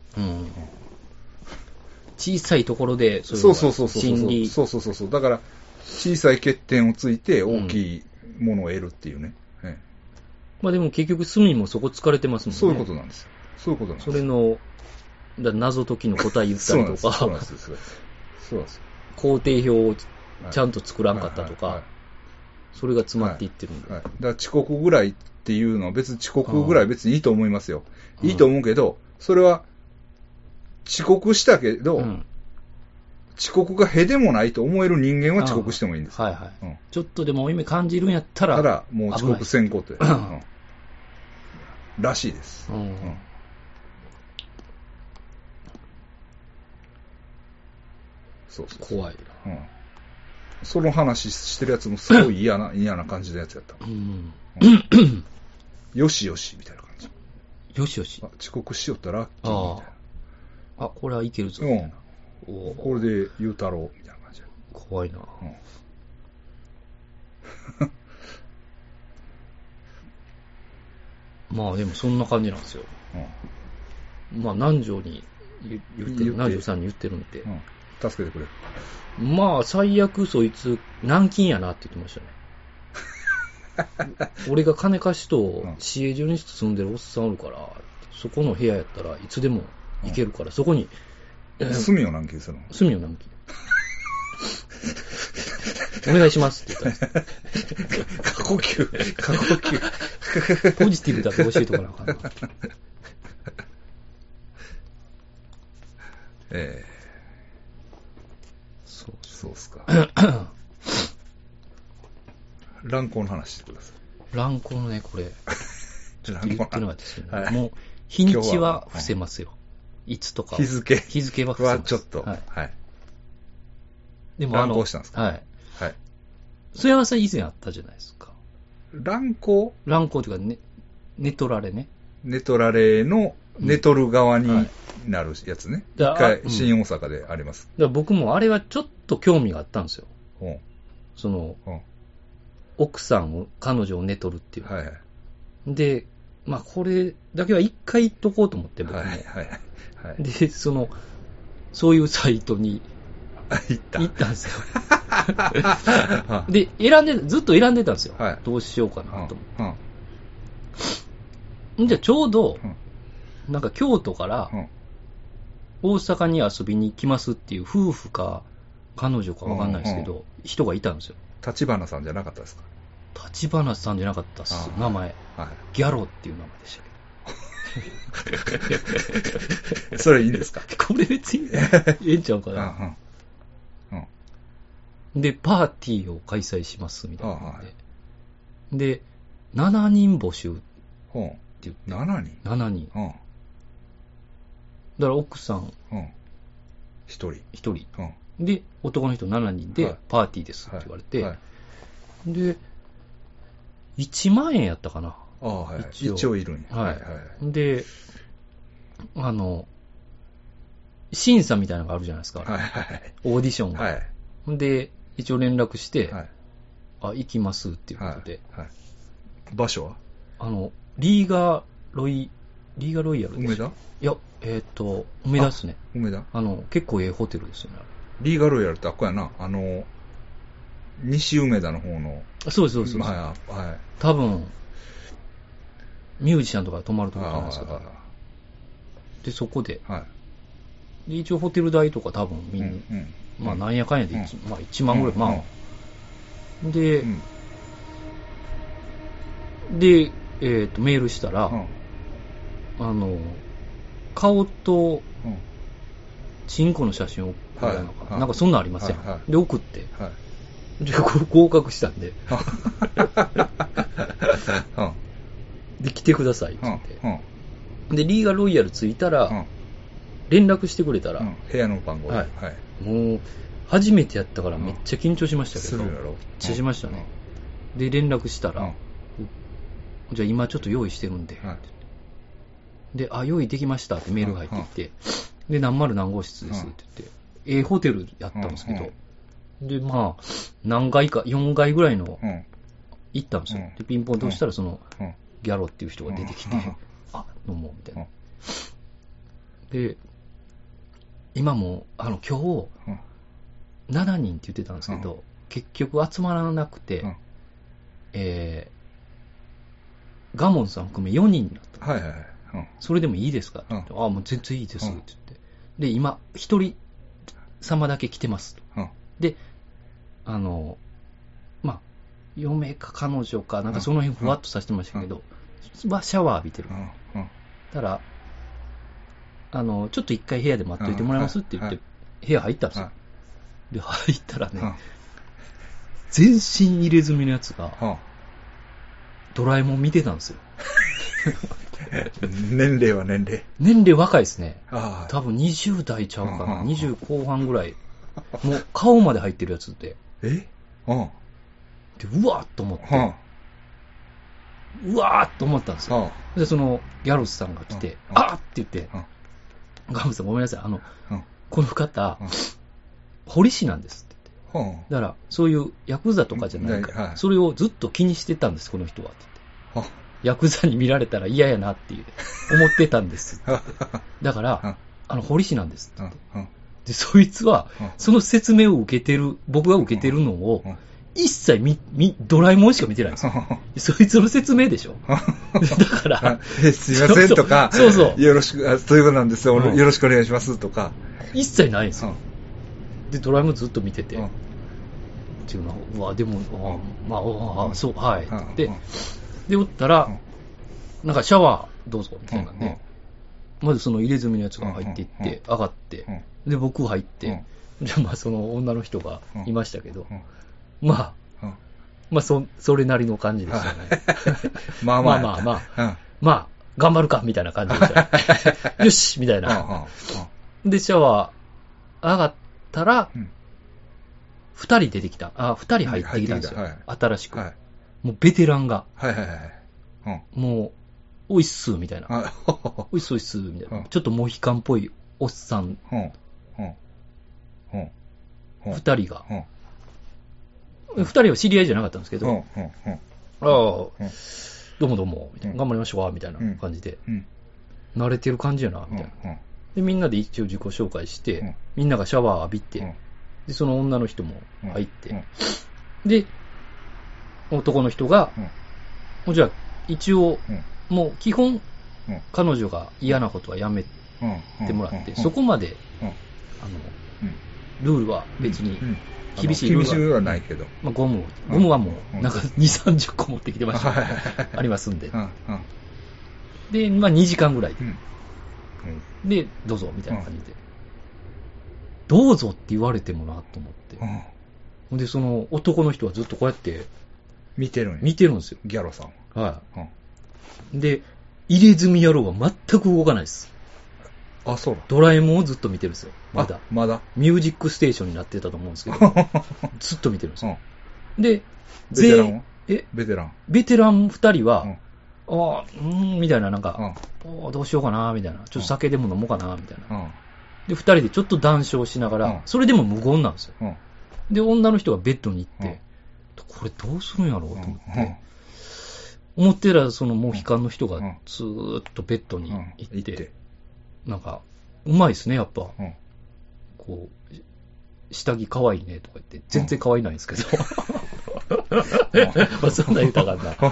小さいところで、 そう。だから、小さい欠点をついて大きいものを得るっていうね。 まあでも結局、隅もそこ疲れてますもんね。 そういうことなんですよ。 それの、謎解きの答え言ったりとか、 そうなんですよ。 工程表をちゃんと作らんかったとか、それが詰まっていってるんで。 だから遅刻ぐらいっていうのは遅刻ぐらい別にいいと思いますよ。いいと思うけど、それは遅刻したけど、遅刻がへでもないと思える人間は遅刻してもいいんです。 ちょっとでも負い目感じるんやったら、 もう遅刻せんことらしいです。 怖いな。 その話してるやつもすごい嫌な感じのやつやった。よしみたいな感じ。 よし。 遅刻しよったらラッキーみたいな。 これはいけるぞ。 これで言うたろうみたいな感じ。 怖いな。まあでもそんな感じなんですよ。まあ南條に南條さんに言ってるんで。 助けてくれる。 まあ最悪そいつ軟禁やなって言ってましたね。俺が金貸しと市営住に住んでるおっさんおるから、そこの部屋やったらいつでも行けるから、そこに。 隅を軟禁するの？ 隅を軟禁。お願いしますって言ったんです。 過呼吸。 ポジティブだって教えとかなあかんな。 そうっすか。乱行の話してください。乱行のね、これ。ちょっと言ってなかったですよね。もう、日にちは伏せますよ。いつとか。 日付は伏せます。 ちょっと。 でも乱行したんですか？ はい。それは以前あったじゃないですか。 乱行というか、ネトラレね。 ネトラレの、ネトル側になるやつね。一回、新大阪であります。 だから僕もあれはちょっと興味があったんですよ。奥さん彼女を寝取るっていう。で、まあこれだけは一回言っとこうと思って、僕も。で、そういうサイトに行ったんですよ。で、ずっと選んでたんですよ。どうしようかなと思って。じゃあちょうど、なんか京都から大阪に遊びに行きますっていう夫婦か彼女かわかんないですけど、人がいたんですよ。 立花さんじゃなかったですか？ 立花さんじゃなかったっす、名前。ギャロっていう名前でしたけど。それいいんですか？ これ別にええんちゃうかな。で、パーティーを開催しますみたいな感じで。で、7人募集って言って。 7人 ?7 人。だから奥さん、 1人。 で、男の人7人でパーティーですって言われて、で、1万円やったかな。 一応いるんや。 で、審査みたいなのがあるじゃないですか。オーディションが。で、一応連絡して、行きますっていうことで。 場所はリーガロイヤル梅田？ いや、梅田ですね。 梅田？ 結構ええホテルですよね。 リーガロイヤルってあっこやな。西梅田の方の。 そうです。多分、ミュージシャンとか泊まるとこじゃないですか。で、そこで。で一応ホテル代とか多分みんな、まあなんやかんやで1万ぐらい。で、メールしたら、顔と、チンコの写真を送るのかな。なんかそんなんありません。で、送って。で、合格したんで。で、来てくださいって言って。で、リーガロイヤル着いたら、連絡してくれたら。 部屋の番号。 もう、初めてやったからめっちゃ緊張しましたけど。めっちゃしましたね。で、連絡したら、じゃあ今ちょっと用意してるんで。で、用意できましたってメールが入ってきて、で、何丸何号室ですって言って、ホテルやったんですけど、で、まあ、何階か、4階ぐらいの、行ったんですよ。で、ピンポンと押したら、その、ギャロっていう人が出てきて、どうも、みたいな。で、今も、今日、7人って言ってたんですけど、結局集まらなくて、ガモンさん含め4人になった。それでもいいですかって言って、もう全然いいですって言って。で、今、1人様だけ来てますと。で、まあ、嫁か彼女か、なんかその辺ふわっとさせてましたけど、シャワー浴びてる。たら、ちょっと一回部屋で待っといてもらえますって言って、部屋入ったんですよ。で、入ったらね、全身入れ墨のやつが、ドラえもん見てたんですよ。 年齢は年齢。 年齢若いですね。多分20代ちゃうかな。20後半ぐらい。もう顔まで入ってるやつで。で、うわーっと思って。うわーっと思ったんですよ。で、そのギャロスさんが来て、あーって言って、ガムさんごめんなさい。この方、彫り師なんですって言って。だから、そういうヤクザとかじゃないから、それをずっと気にしてたんです、この人は。って言って。ヤクザに見られたら嫌やなって思ってたんです。だから、彫り師なんですって言って。で、そいつは、その説明を受けてる、僕が受けてるのを、一切ドラえもんしか見てないんですよ。そいつの説明でしょ。だから、 すいませんとか、よろしく、そういうことなんですよ、よろしくお願いしますとか。 一切ないんですよ。で、ドラえもんずっと見てて、っていうのは、うわ、でも、そう、はい、って。で、おったら、なんかシャワーどうぞ、みたいなんで、まずその入れ墨のやつが入っていって、上がって、で、僕入って、じゃあまあその女の人がいましたけど、まあ、それなりの感じでしたね。まあ、頑張るか、みたいな感じでした。よしみたいな。で、シャワー上がったら、2人出てきた。2人入ってきたんですよ。新しく。もうベテランが。もう、おいっす、みたいな。おいっす、おいっす、みたいな。ちょっとモヒカンっぽいおっさん。2人が。2人は知り合いじゃなかったんですけど、どうもどうも、みたいな、頑張りましょう、みたいな感じで、慣れてる感じやな、みたいな。で、みんなで一応自己紹介して、みんながシャワー浴びて、で、その女の人も入って、で、男の人が、じゃあ、一応、もう基本、彼女が嫌なことはやめてもらって、そこまで、 ルールは別に厳しいルールはないけど。 まあ、ゴムはもう、なんか2、30個持ってきてました、ありますんで。で、まあ2時間ぐらいで、で、どうぞ、みたいな感じで。どうぞって言われてもな、と思って。で、その男の人はずっとこうやって、 見てるんですよ。 ギャロさんは。はい。で、入れ墨野郎は全く動かないです。 あ、そう。 ドラえもんをずっと見てるんですよ。まだ。ミュージックステーションになってたと思うんですけど、ずっと見てるんですよ。で、 ベテランはベテラン2人は、みたいな、なんか、どうしようかな、みたいな。ちょっと酒でも飲もうかな、みたいな。で、2人でちょっと談笑しながら、それでも無言なんですよ。で、女の人がベッドに行って、これどうするんやろうと思ってたら、そのモヒカンの人がずーっとベッドに行って、なんか、うまいですね、やっぱ。こう、下着可愛いねとか言って、全然可愛いないんですけど。そんな豊かな。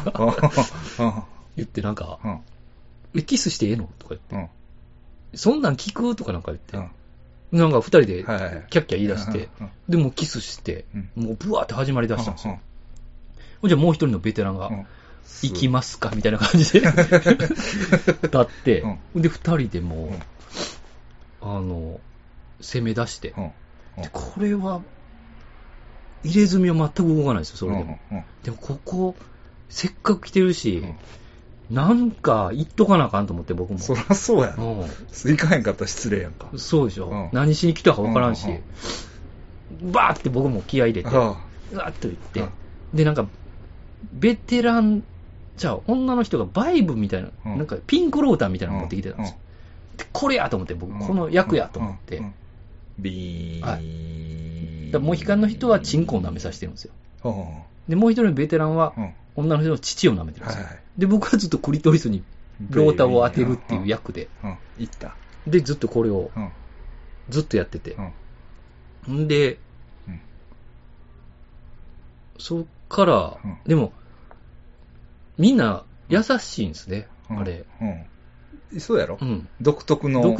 言ってなんか、キスしてええのとか言って、そんなん聞くとかなんか言って、なんか二人でキャッキャ言い出して、でもキスして、もうブワーって始まり出したんですよ。じゃあもう一人のベテランが、行きますかみたいな感じで立って、で、二人でもう、攻め出して、で、これは、入れ墨は全く動かないですよ、それでも。でも、ここ、せっかく来てるし、なんか言っとかなあかんと思って、僕も。 そりゃそうやな。行かへんかったら失礼やんか。 そうでしょ。何しに来たか分からんし、バーって僕も気合い入れて、うわーっと言って、で、なんか、ベテラン、じゃあ女の人がバイブみたいな、なんかピンクローターみたいなの持ってきてたんですよ。で、これやと思って、僕、この役やと思って。 ビーン。 はい。だモヒカンの人はチンコを舐めさせてるんですよ。で、もう一人のベテランは、女の人の乳を舐めてるんですよ。で、僕はずっとクリトリスにローターを当てるっていう役で、 行った。 で、ずっとこれを、ずっとやってて。んで、そっから、でも、みんな優しいんですね、あれ。 そうやろ、独特の、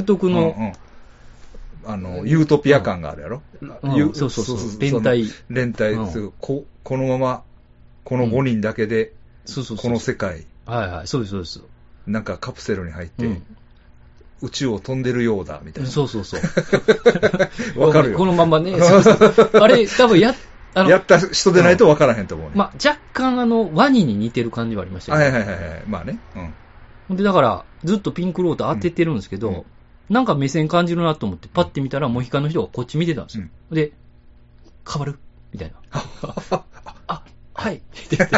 ユートピア感があるやろ、 そうそうそう、 連帯、このまま、この5人だけで、この世界、 はいはい、そうです、そうです。 なんかカプセルに入って、宇宙を飛んでるようだ、みたいな。 そうそうそう。 わかるよ。 このままね、あれ、多分やった人でないと分からへんと思うね。 まあ、若干ワニに似てる感じはありましたけど。 はいはいはい。まあね。 で、だから、ずっとピンクローター当ててるんですけど、なんか目線感じるなと思って、パッて見たら、モヒカンの人がこっち見てたんですよ。で、変わるみたいな。あ、はい。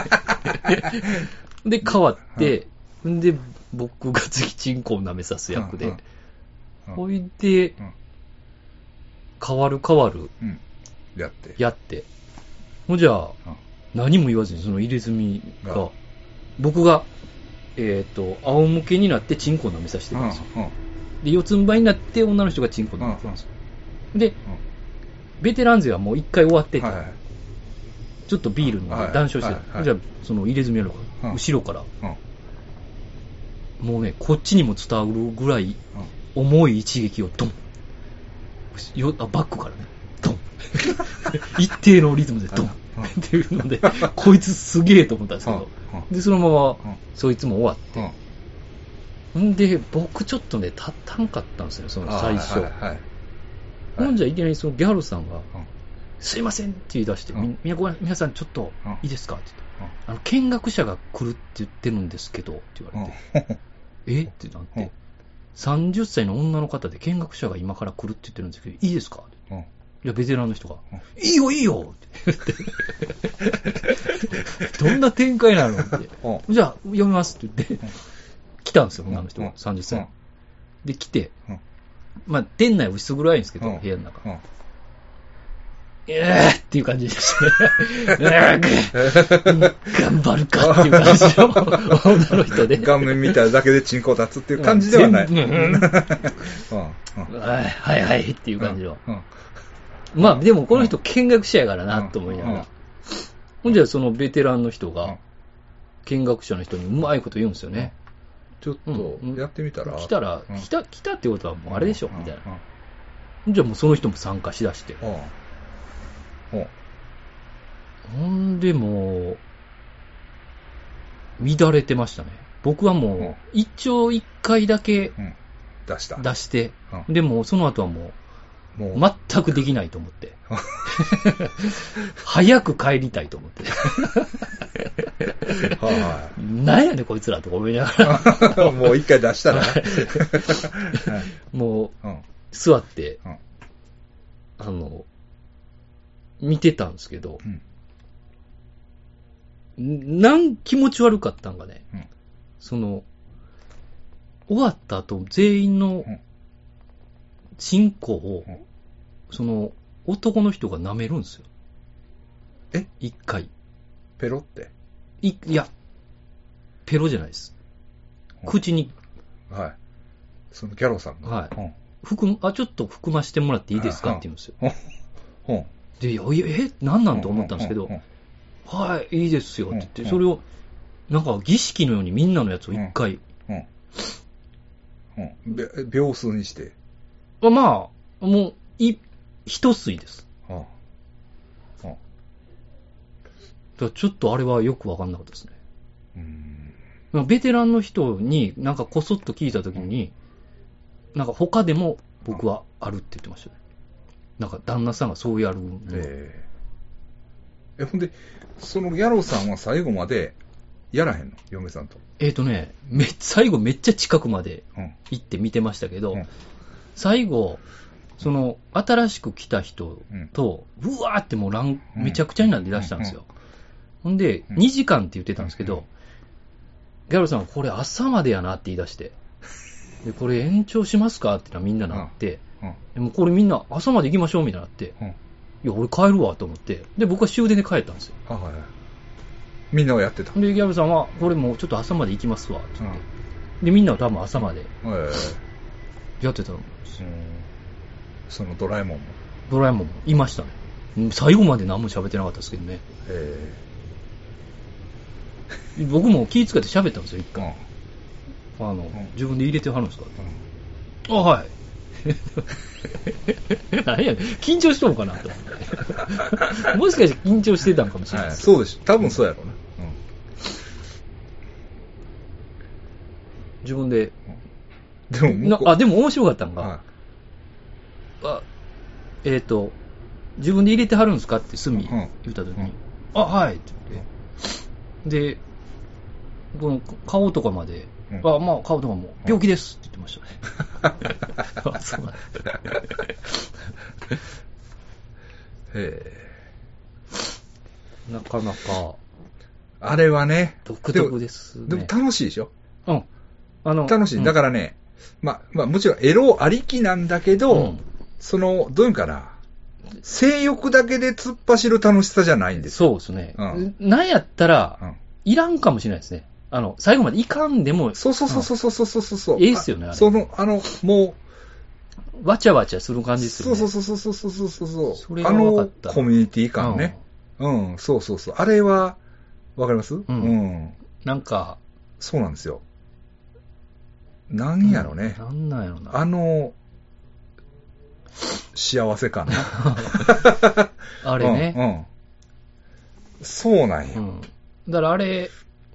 で、変わって、で、僕が次、チンコを舐めさす役で、ほいで、変わる。やって。ほんじゃあ、何も言わずに、その入れ墨が、僕が、仰向けになってチンコを舐めさせてるんですよ。で、四つん這いになって女の人がチンコを舐めてるんですよ。で、ベテラン勢はもう一回終わってて、ちょっとビールの談笑してた。じゃあ、その入れ墨やろうか、後ろから、もうね、こっちにも伝わるぐらい、重い一撃をドン。バックからね、ドン。一定のリズムでドンっていうので、こいつすげえと思ったんですけど、で、そのまま、そいつも終わって、んで、僕ちょっとね、立たんかったんですよ、その最初。ほんじゃいきなりそのギャルさんが、すいませんって言い出して、皆さんちょっといいですかって言って、見学者が来るって言ってるんですけど、って言われて、えってなって、30歳の女の方で見学者が今から来るって言ってるんですけど、いいですかって。いや、ベテランの人が、いいよって言って。どんな展開なのって。じゃあ、読みますって言って、来たんですよ、女の人が、30歳。で、来て、まあ、店内薄暗いんですけど、部屋の中。っていう感じでしたね。頑張るかっていう感じの女の人で。 顔面見ただけでチンコ立つっていう感じではない。 はいっていう感じの。まあでもこの人見学者やからなと思いながら。ほんじゃそのベテランの人が見学者の人にうまいこと言うんですよね。 ちょっとやってみたら、 来たってことはもうあれでしょみたいな。 じゃあもうその人も参加しだして。ほんでもう、乱れてましたね。僕はもう、一応一回だけ出して、でもその後はもう全くできないと思って。早く帰りたいと思って。なんやねんこいつらとか思いながら。もう一回出したら。 もう、座って、見てたんですけど、気持ち悪かったんがね、終わった後、全員のチンコを、男の人が舐めるんですよ。一回。 ペロって？ いや、ペロじゃないです。口に。 はい。そのギャロさんが。 はい。ちょっと含ましてもらっていいですかって言うんですよ。で、何なんと思ったんですけど、はい、いいですよって言って、それを、なんか儀式のようにみんなのやつを一回。 秒数にして。 まあ、もう、一吸いです。ちょっとあれはよくわかんなかったですね。ベテランの人になんかこそっと聞いたときに、なんか他でも僕はあるって言ってましたね。なんか旦那さんがそうやるの。 ほんで、そのギャロさんは最後までやらへんの？嫁さんと。 最後めっちゃ近くまで行って見てましたけど、最後、新しく来た人と、うわーってもうめちゃくちゃになって出したんですよ。ほんで、2時間って言ってたんですけど、ギャロさんはこれ朝までやなって言い出して、で、これ延長しますかってみんななって、でもこれみんな朝まで行きましょうみたいになって、いや、俺帰るわと思って、で、僕は終電で帰ったんですよ。 みんなはやってた。 で、ギャロさんは、これもうちょっと朝まで行きますわって言って、で、みんなは多分朝までやってたんですよ。 そのドラえもんも。 ドラえもんもいましたね。最後まで何も喋ってなかったですけどね。僕も気ぃつけて喋ったんですよ、一回。自分で入れてはるんですか？はい。何やねん、緊張しとんかなと思って。もしかして緊張してたんかもしれないです。 そうでしょ。多分そうやろうな。 自分で。でも面白かったのが、自分で入れてはるんですかってスミ言ったときに、はいって言って、で、この顔とかまで、まあ顔とかも病気ですって言ってましたね。そうなんだ。なかなか。 あれはね。 独特ですね。 でも楽しいでしょ？ 楽しい。だからね、まあもちろんエロありきなんだけど、どういうかな、性欲だけで突っ走る楽しさじゃないんですよ。 そうですね。なんやったら、いらんかもしれないですね。最後までいかんでも。 そう。 いいっすよね、あれ。 もう、わちゃわちゃする感じですよね。 そう。 それが分かった。 コミュニティ感ね。そう。あれは、わかります？ なんか。 そうなんですよ。なんやろね。 なんやろな。 幸せ感な。 あれね。 そうなんや。 だからあれ、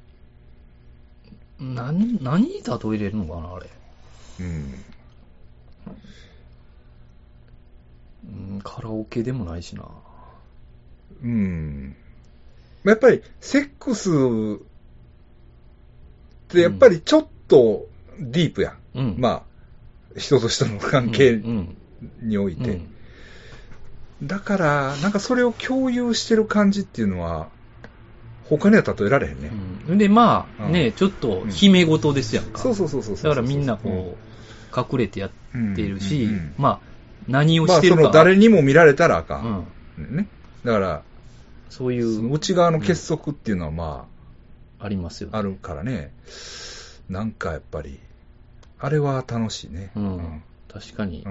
何に例えれるのかな、あれ。カラオケでもないしな。 やっぱり、セックスってやっぱりちょっとディープやん。まあ、人と人の関係において。だから、なんかそれを共有してる感じっていうのは、他には例えられへんね。 で、まあ、ね、ちょっと、秘め事ですやんか。 そう。 だからみんなこう、隠れてやってるし、まあ、何をしてるか。 まあ、誰にも見られたらあかん。ね。だから、 そういう。 内側の結束っていうのはまあ、 ありますよね。 あるからね。なんかやっぱり、あれは楽しいね。 確かに。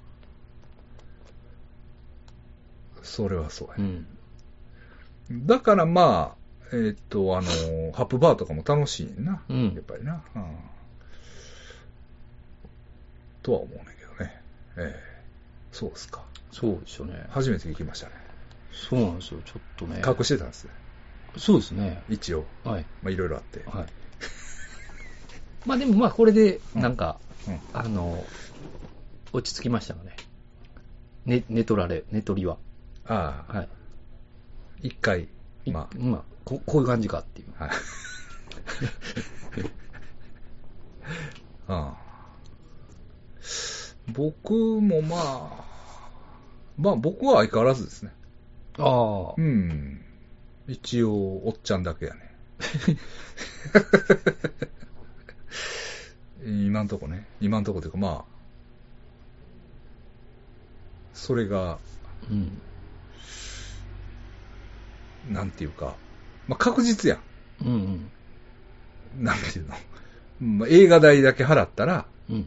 それはそうや。だからまあ、ハップバーとかも楽しいな。やっぱりな。とは思うねんけどね。 そうですか。 そうでしょうね。 初めて聞きましたね。 そうなんですよ、ちょっとね。 隠してたんですね。 そうですね。 一応。 はい。 まあいろいろあって。 はい。まあでもまあこれで、なんか、落ち着きましたかね。寝取りは。 ああ。はい。一回、 まあ、こういう感じかっていう。はい。 ああ。僕もまあ僕は相変わらずですね。 ああ。 うん。一応、おっちゃんだけやね。今んとこというかまあ、それが、なんていうか、まあ確実やん。 うんうん。なんていうの。まあ、映画代だけ払ったら、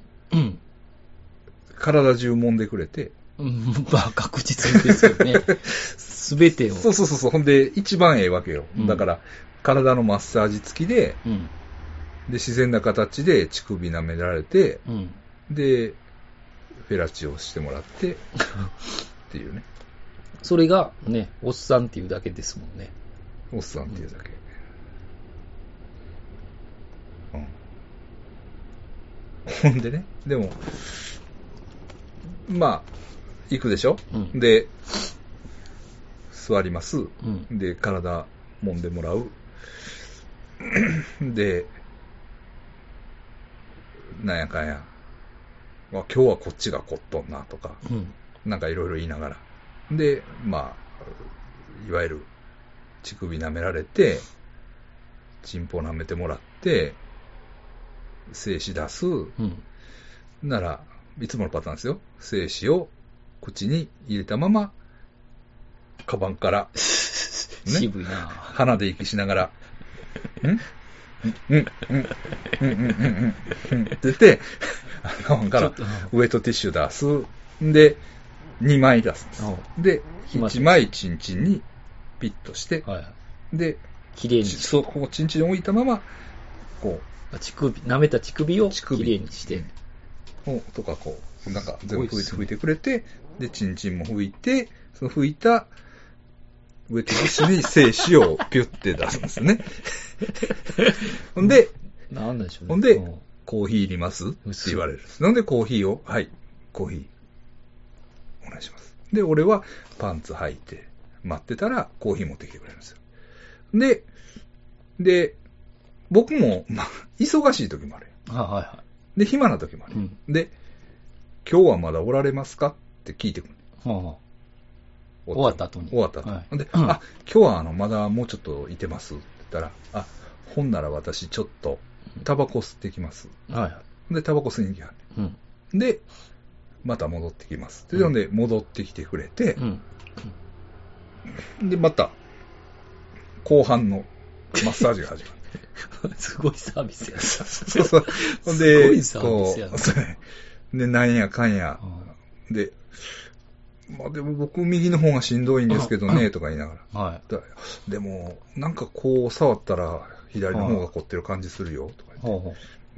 体中揉んでくれて、 まあ確実ですよね。すべてを。 そう。ほんで、一番ええわけよ。だから、体のマッサージ付きで、で、自然な形で乳首舐められて、で、フェラチオしてもらって、っていうね。 それがね、おっさんっていうだけですもんね。 おっさんっていうだけ。ほんでね、でも、まあ、行くでしょ、で、座ります。で、体揉んでもらう。で、なんやかんや。今日はこっちが凝っとんなとか、なんかいろいろ言いながら。で、まあ、いわゆる乳首舐められて、チンポ舐めてもらって、精子出す。なら、いつものパターンですよ。精子を口に入れたまま、カバンから、 渋いな鼻で息しながら、って言って、カバンからウエットティッシュ出す。で、2枚出すんです。で、1枚チンチンにピッとして、で、 きれいにそう、ここチンチン置いたまま、こう、 舐めた乳首をきれいにして。 とかこう、なんか全部拭いてくれて、で、チンチンも拭いて、その拭いた、ウエットティッシュに精子をピュッて出すんですね。ほんで、 なんでしょうね。 ほんで、コーヒーいりますって言われる。なんでコーヒーを、はい、コーヒー、お願いします。で、俺はパンツ履いて、待ってたらコーヒー持ってきてくれるんですよ。で、僕も、まあ、忙しい時もあるよ。で、暇な時もある。で、今日はまだおられますかって聞いてくる。 終わった後に。 で、今日はまだもうちょっといてますって言ったら、ほんなら私ちょっとタバコ吸ってきます。で、タバコ吸いに行きはんね。で、また戻ってきます。で、戻ってきてくれて、で、また、後半のマッサージが始まる。 すごいサービスや。 そう。 すごいサービスや。 で、なんやかんや。で、まあでも僕右の方がしんどいんですけどね、とか言いながら。でも、なんかこう触ったら左の方が凝ってる感じするよ、とか言って。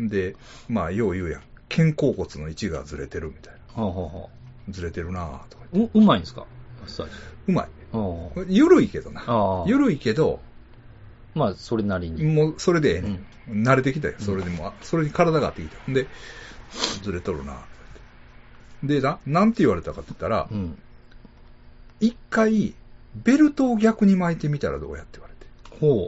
で、まあよう言うやん。肩甲骨の位置がずれてるみたいな。ずれてるなぁ、とか言って。 うまいんですかマッサージ。 うまい。ゆるいけどな。ゆるいけど、 まあ、それなりに。 もう、それでええねん。慣れてきたよ。それでも、それに体が合ってきた。で、ずれとるな。で、なんて言われたかって言ったら、一回、ベルトを逆に巻いてみたらどうやって言われ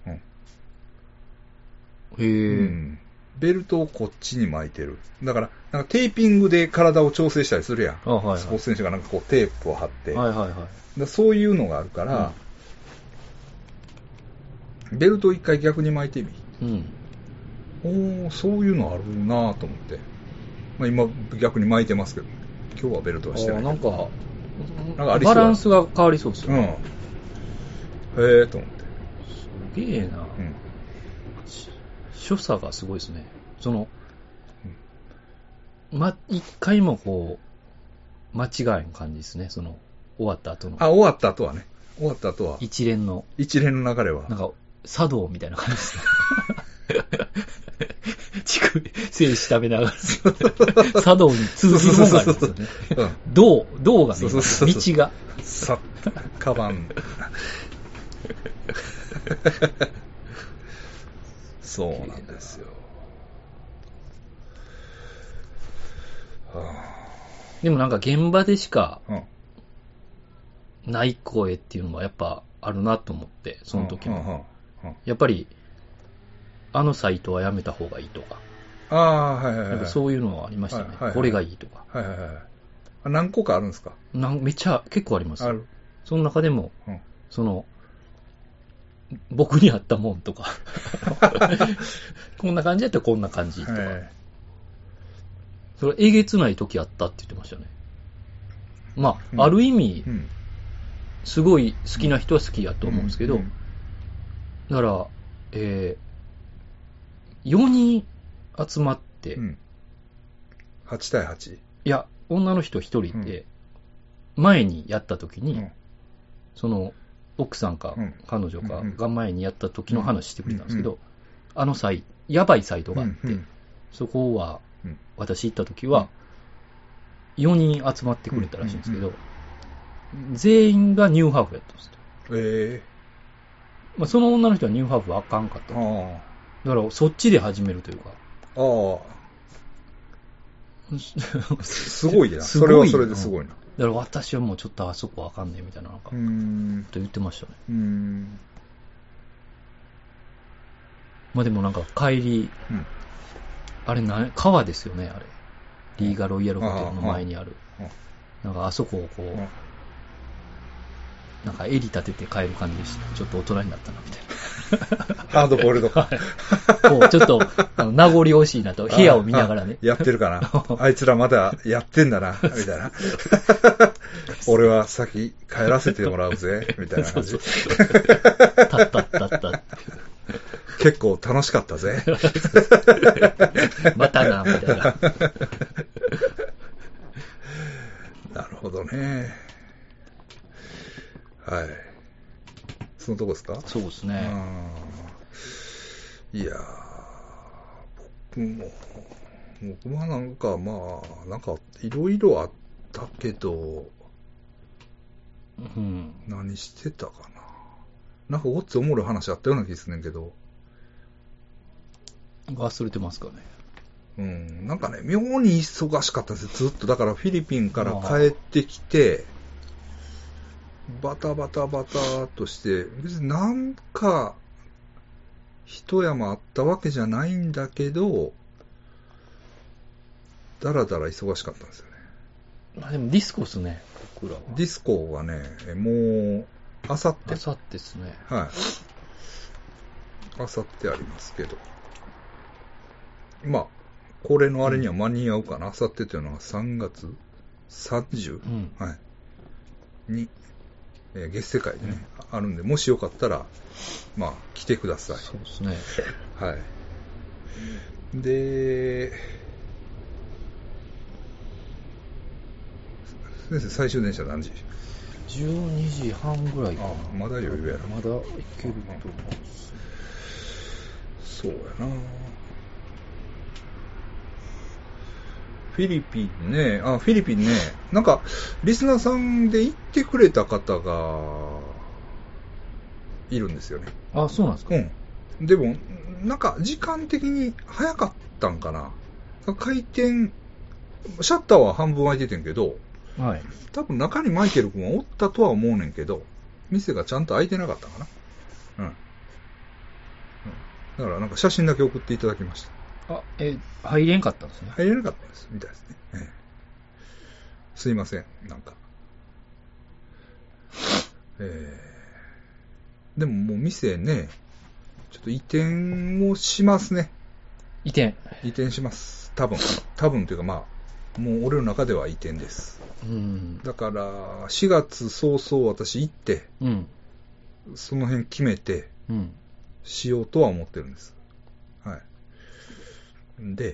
て。へえ。ベルトをこっちに巻いてる。だから、なんかテーピングで体を調整したりするやん。スポーツ選手がなんかこうテープを貼って。そういうのがあるから、ベルトを一回逆に巻いてみ。そういうのあるなぁと思って。まあ今逆に巻いてますけど、今日はベルトはしてない。 なんかバランスが変わりそうですよね。 へえと思って。 すげえな。所作がすごいですね。一回もこう、間違いの感じですね。終わった後の。 終わった後はね。終わった後は。 一連の流れは。 なんか、茶道みたいな感じですね。 精子食べながら、茶道に通じるものがありますよね。道が見えます。道が。 カバン。そうなんですよ。 でもなんか現場でしかない声っていうのはやっぱあるなと思って、その時も。やっぱり、あのサイトはやめた方がいいとか。やっぱそういうのはありましたね。これがいいとか。 何個かあるんですか？ めっちゃ結構ありますよ。その中でも、僕に合ったもんとか。こんな感じだったらこんな感じとか。それえげつない時あったって言ってましたね。まあ、ある意味、すごい好きな人は好きやと思うんですけど、だから、4人集まって、 8対 8？ いや、女の人1人で、前にやった時に、その、奥さんか彼女かが前にやった時の話してくれたんですけど、やばいサイトがあって、そこは、私行った時は、4人集まってくれたらしいんですけど、全員がニューハーフやったんですよ。まあ、その女の人はニューハーフはあかんかったと。だからそっちで始めるというか。 すごいな。それはそれですごいな。 だから私はもうちょっとあそこわかんねえみたいな、なんか、と言ってましたね。まあでもなんか帰り、あれ川ですよね、あれ。リーガロイヤルホテルの前にある。なんかあそこをこう、なんか襟立てて帰る感じでした。ちょっと大人になったな、みたいな。 ハードボールドか。 こう、ちょっと、名残惜しいなと、部屋を見ながらね。 やってるかな。あいつらまだやってんだな、みたいな。俺は先帰らせてもらうぜ、みたいな感じ。 たった。 結構楽しかったぜ。 またな、みたいな。 なるほどね。はい。そのとこですか？ そうですね。 いやー、僕はなんかなんかいろいろあったけど、何してたかな。なんかごっつおもろい話あったような気すんねんけど。 忘れてますかね。 なんかね、妙に忙しかったです。ずっと。だからフィリピンから帰ってきて、バタバタとして、別になんか、一山あったわけじゃないんだけど、だらだら忙しかったんですよね。 まあでもディスコっすね、僕らは。 ディスコはね、もう、あさって。 あさってですね。 はい。あさってありますけど。まあ、これのあれには間に合うかな。あさってというのは3月 30？はい。に、月世界でね、あるんで、もしよかったら、まあ、来てください。 そうですね。 はい。で、先生、最終電車何時 ？12時半ぐらいかな。 まだ余裕やな。 まだ行けると思う。 そうやな。フィリピンね、なんか、リスナーさんで行ってくれた方が、いるんですよね。 あ、そうなんですか？ でも、なんか、時間的に早かったんかな。開店、シャッターは半分開いててんけど、 はい。 多分中にマイケル君はおったとは思うねんけど、店がちゃんと開いてなかったかな。だからなんか写真だけ送っていただきました。 入れんかったんですね。 入れなかったです、みたいですね。すいません、なんか。でももう店ね、ちょっと移転をしますね。 移転します。多分というかまあ、もう俺の中では移転です。だから、4月早々私行って、その辺決めて、しようとは思ってるんです。はい。で、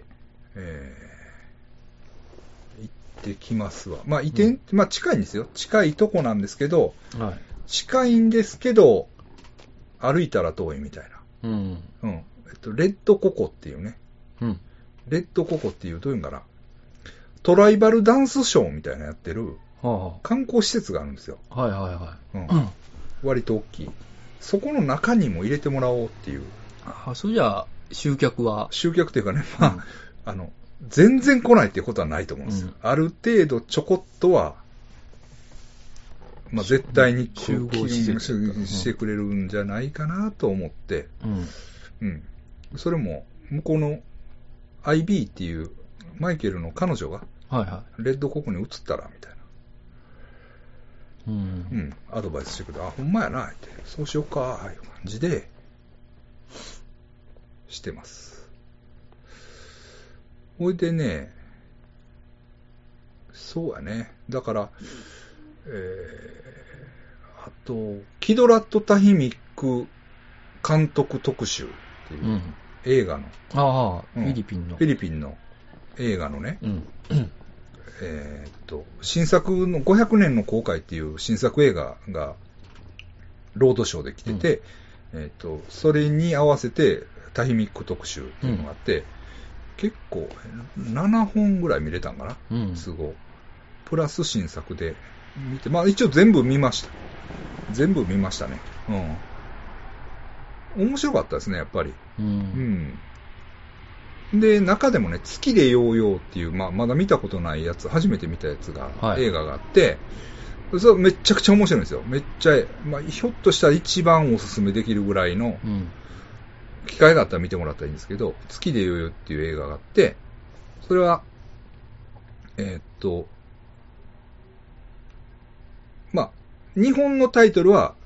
行ってきますわ。まあ移転、まあ近いんですよ。近いとこなんですけど、近いんですけど、歩いたら遠いみたいな。レッドココっていうね、 レッドココっていう、どういうんかな、トライバルダンスショーみたいなのやってる、観光施設があるんですよ。 はいはいはい。 割と大きい。そこの中にも入れてもらおうっていう。 それじゃあ、集客っていうかね、まあ、全然来ないっていうことはないと思うんですよ。ある程度ちょこっとは、まあ、絶対に集合してくれるんじゃないかなと思って、それも、向こうの IB っていうマイケルの彼女が、レッドココに移ったら、みたいな。アドバイスしてくれて、ほんまやな、って、そうしようか、いう感じで、してます。ほいでね、そうやね。だから、あと、キドラット・タヒミック監督特集っていう映画の、 フィリピンの映画のね、新作の500年の航海っていう新作映画がロードショーで来てて、それに合わせてタヒミック特集っていうのがあって、結構7本ぐらい見れたんかな、すごい。プラス新作で見て、まあ一応全部見ました。全部見ましたね。面白かったですね、やっぱり。で、中でもね、月でヨーヨーっていう、まだ見たことないやつ、初めて見たやつが、映画があって、それめちゃくちゃ面白いんですよ。めっちゃ、ひょっとしたら一番おすすめできるぐらいの、機会があったら見てもらったらいいんですけど、月でヨーヨーっていう映画があって、それは、日本のタイトルは、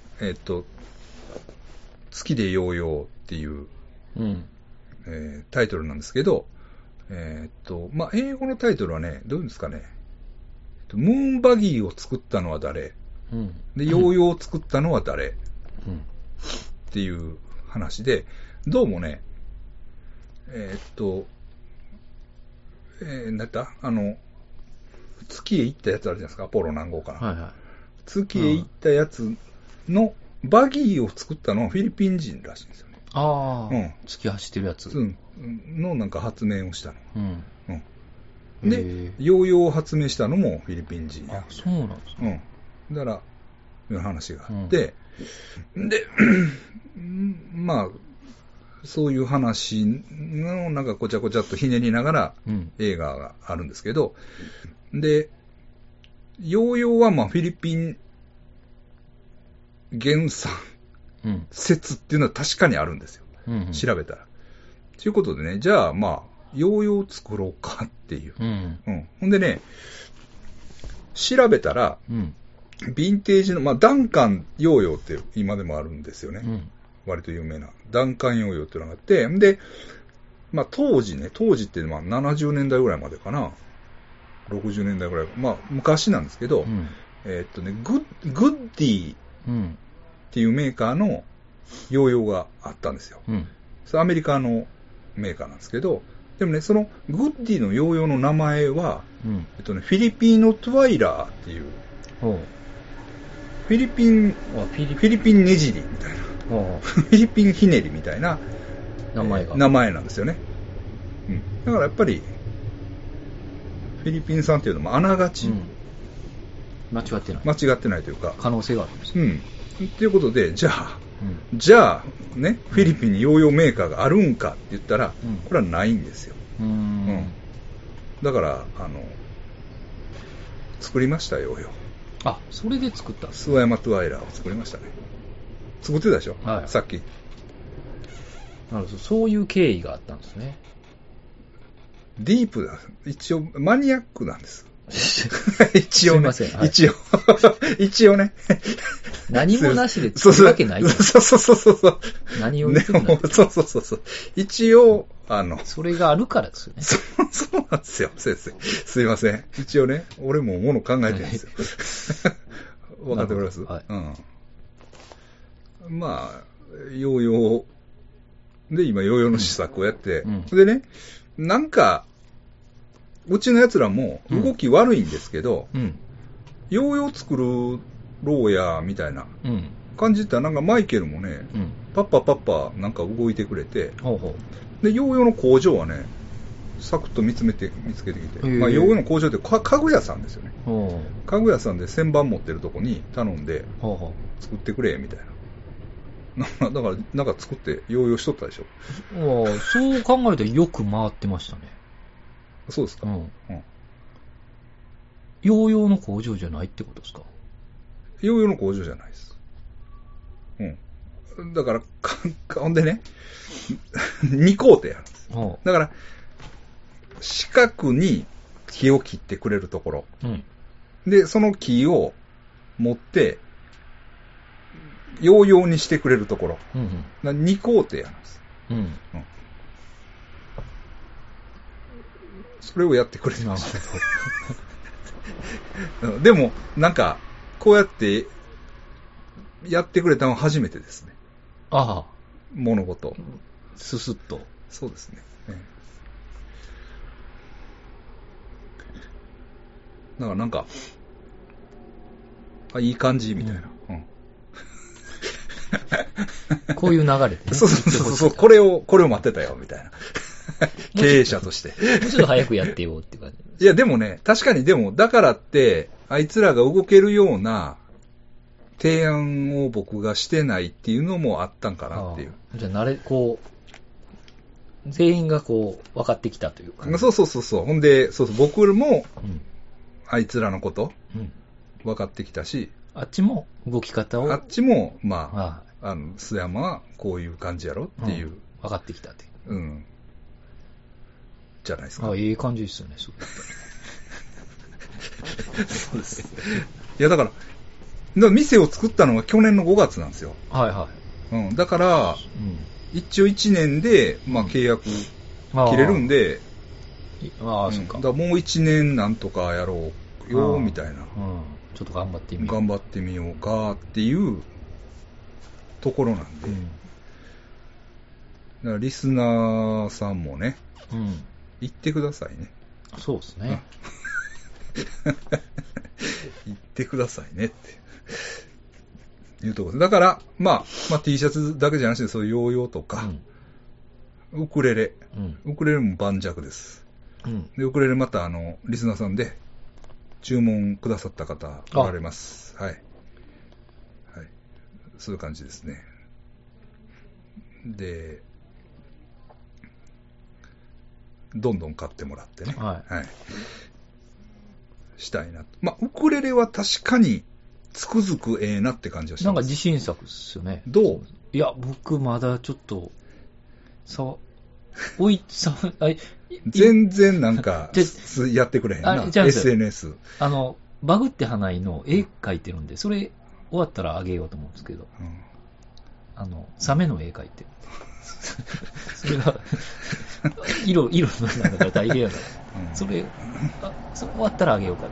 月でヨーヨーっていう、タイトルなんですけど、英語のタイトルはね、どういうんですかね、ムーンバギーを作ったのは誰、で、ヨーヨーを作ったのは誰、っていう話で、どうもね、なんだった月へ行ったやつあるじゃないですか、アポロ何号かな。月へ行ったやつのバギーを作ったのはフィリピン人らしいんですよね。 月走ってるやつ。 のなんか発明をしたの。で、ヨーヨーを発明したのもフィリピン人。 そうなんですね。 だから、いう話があって、で、そういう話のなんかこちゃこちゃっとひねりながら映画があるんですけど、で、ヨーヨーはフィリピン原産説っていうのは確かにあるんですよ。調べたら。ということでね、じゃあヨーヨー作ろうかっていう。ほんでね、調べたら、ヴィンテージの、ダンカンヨーヨーって今でもあるんですよね。割と有名な。ダンカンヨーヨーっていうのがあって、で、当時って70年代ぐらいまでかな。60年代ぐらい。昔なんですけど、グッディっていうメーカーのヨーヨーがあったんですよ。それアメリカのメーカーなんですけど、でもね、そのグッディのヨーヨーの名前は、フィリピーノ・トゥワイラーっていう、フィリピンねじりみたいな、フィリピンひねりみたいな名前なんですよね。だからやっぱり、フィリピン産っていうのもあながち、 間違ってないというか、 可能性があるんです。 ということで、じゃあね、フィリピンにヨーヨーメーカーがあるんかって言ったら、これはないんですよ。だから、作りました、ヨーヨー。 それで作ったんですね。スワヤマトゥワイラーを作りましたね。作ってたでしょ、さっき。 なるほど、そういう経緯があったんですね。 ディープだ。一応、マニアックなんです。一応ね。 すいません。 一応ね。 何もなしで作るわけない。 そう。 何を言ってるんだ。 そう。一応、 それがあるからですよね。 そうなんですよ、先生。すいません。一応ね、俺ももの考えてるんですよ。分かっております？ヨーヨーで、今、ヨーヨーの試作をやって、でね、なんか、うちの奴らも動き悪いんですけど、ヨーヨー作るろうや、みたいな感じたら、なんかマイケルもね、パッパなんか動いてくれて、で、ヨーヨーの工場はね、 サクッと見つけてきて、まあ、洋の工場で家具屋さんですよね。家具屋さんで旋盤持ってるとこに頼んで、作ってくれみたいな。だからなんか作ってヨーヨーしとったでしょ。 そう考えるとよく回ってましたね。 そうですか。 ヨーヨーの工場じゃないってことですか？ ヨーヨーの工場じゃないです。だからほんでね、2工程あるんです。だから四角に木を切ってくれるところ、でその木を持ってヨーヨーにしてくれるところ、2工程あるんです。それをやってくれてました。でもなんかこうやってやってくれたのは初めてですね。物事ススッと。 そうですね。だからなんかいい感じみたいな。 こういう流れで、ね。 そう、これを待ってたよみたいな。経営者として。 もうちょっと早くやってよって感じ。 いやでもね、確かにだからってあいつらが動けるような提案を僕がしてないっていうのもあったんかなっていう。 じゃあ全員が分かってきたというか、ね。 そう。ほんで、僕も、あいつらのこと、分かってきたし、 あっちも動き方を。 あっちも、まあ、須山はこういう感じやろっていう。 分かってきたって。 じゃないですか。 いい感じですよね、 そうです。いや、だから店を作ったのが去年の5月なんですよ。だから、一応1年で、契約切れるんで、 そっか。 だからもう1年なんとかやろうよ、みたいな。 ちょっと頑張ってみようかっていうところなんで。だからリスナーさんもね、言ってくださいね。 そうですね。 言ってくださいねっていうところです。だから、T シャツだけじゃなくて、そういうヨーヨーとか、ウクレレも盤石です。で、ウクレレまたリスナーさんで注文くださった方おられます。はい。そういう感じですね。で、どんどん買ってもらってね。したいな。ウクレレは確かにつくづくなって感じがします。 なんか自信作ですよね。 どう？ いや、僕まだちょっと、 全然なんか、やってくれへんな。SNS。 バグって花井の絵描いてるんで、それ終わったらあげようと思うんですけど、サメの絵描いてる。それが、色の中から大変やから、それ終わったらあげようかな。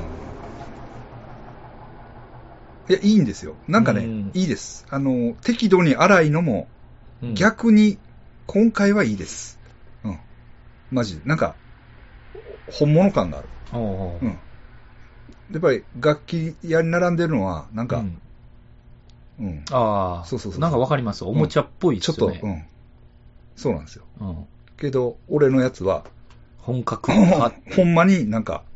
いや、いいんですよ。なんかね、いいです。適度に荒いのも、逆に、今回はいいです。マジで。なんか、本物感がある。やっぱり、楽器屋に並んでるのは、なんか、そう。 なんかわかります。おもちゃっぽいですよね。 ちょっと、そうなんですよ。けど、俺のやつは、 本格ほんまになんか、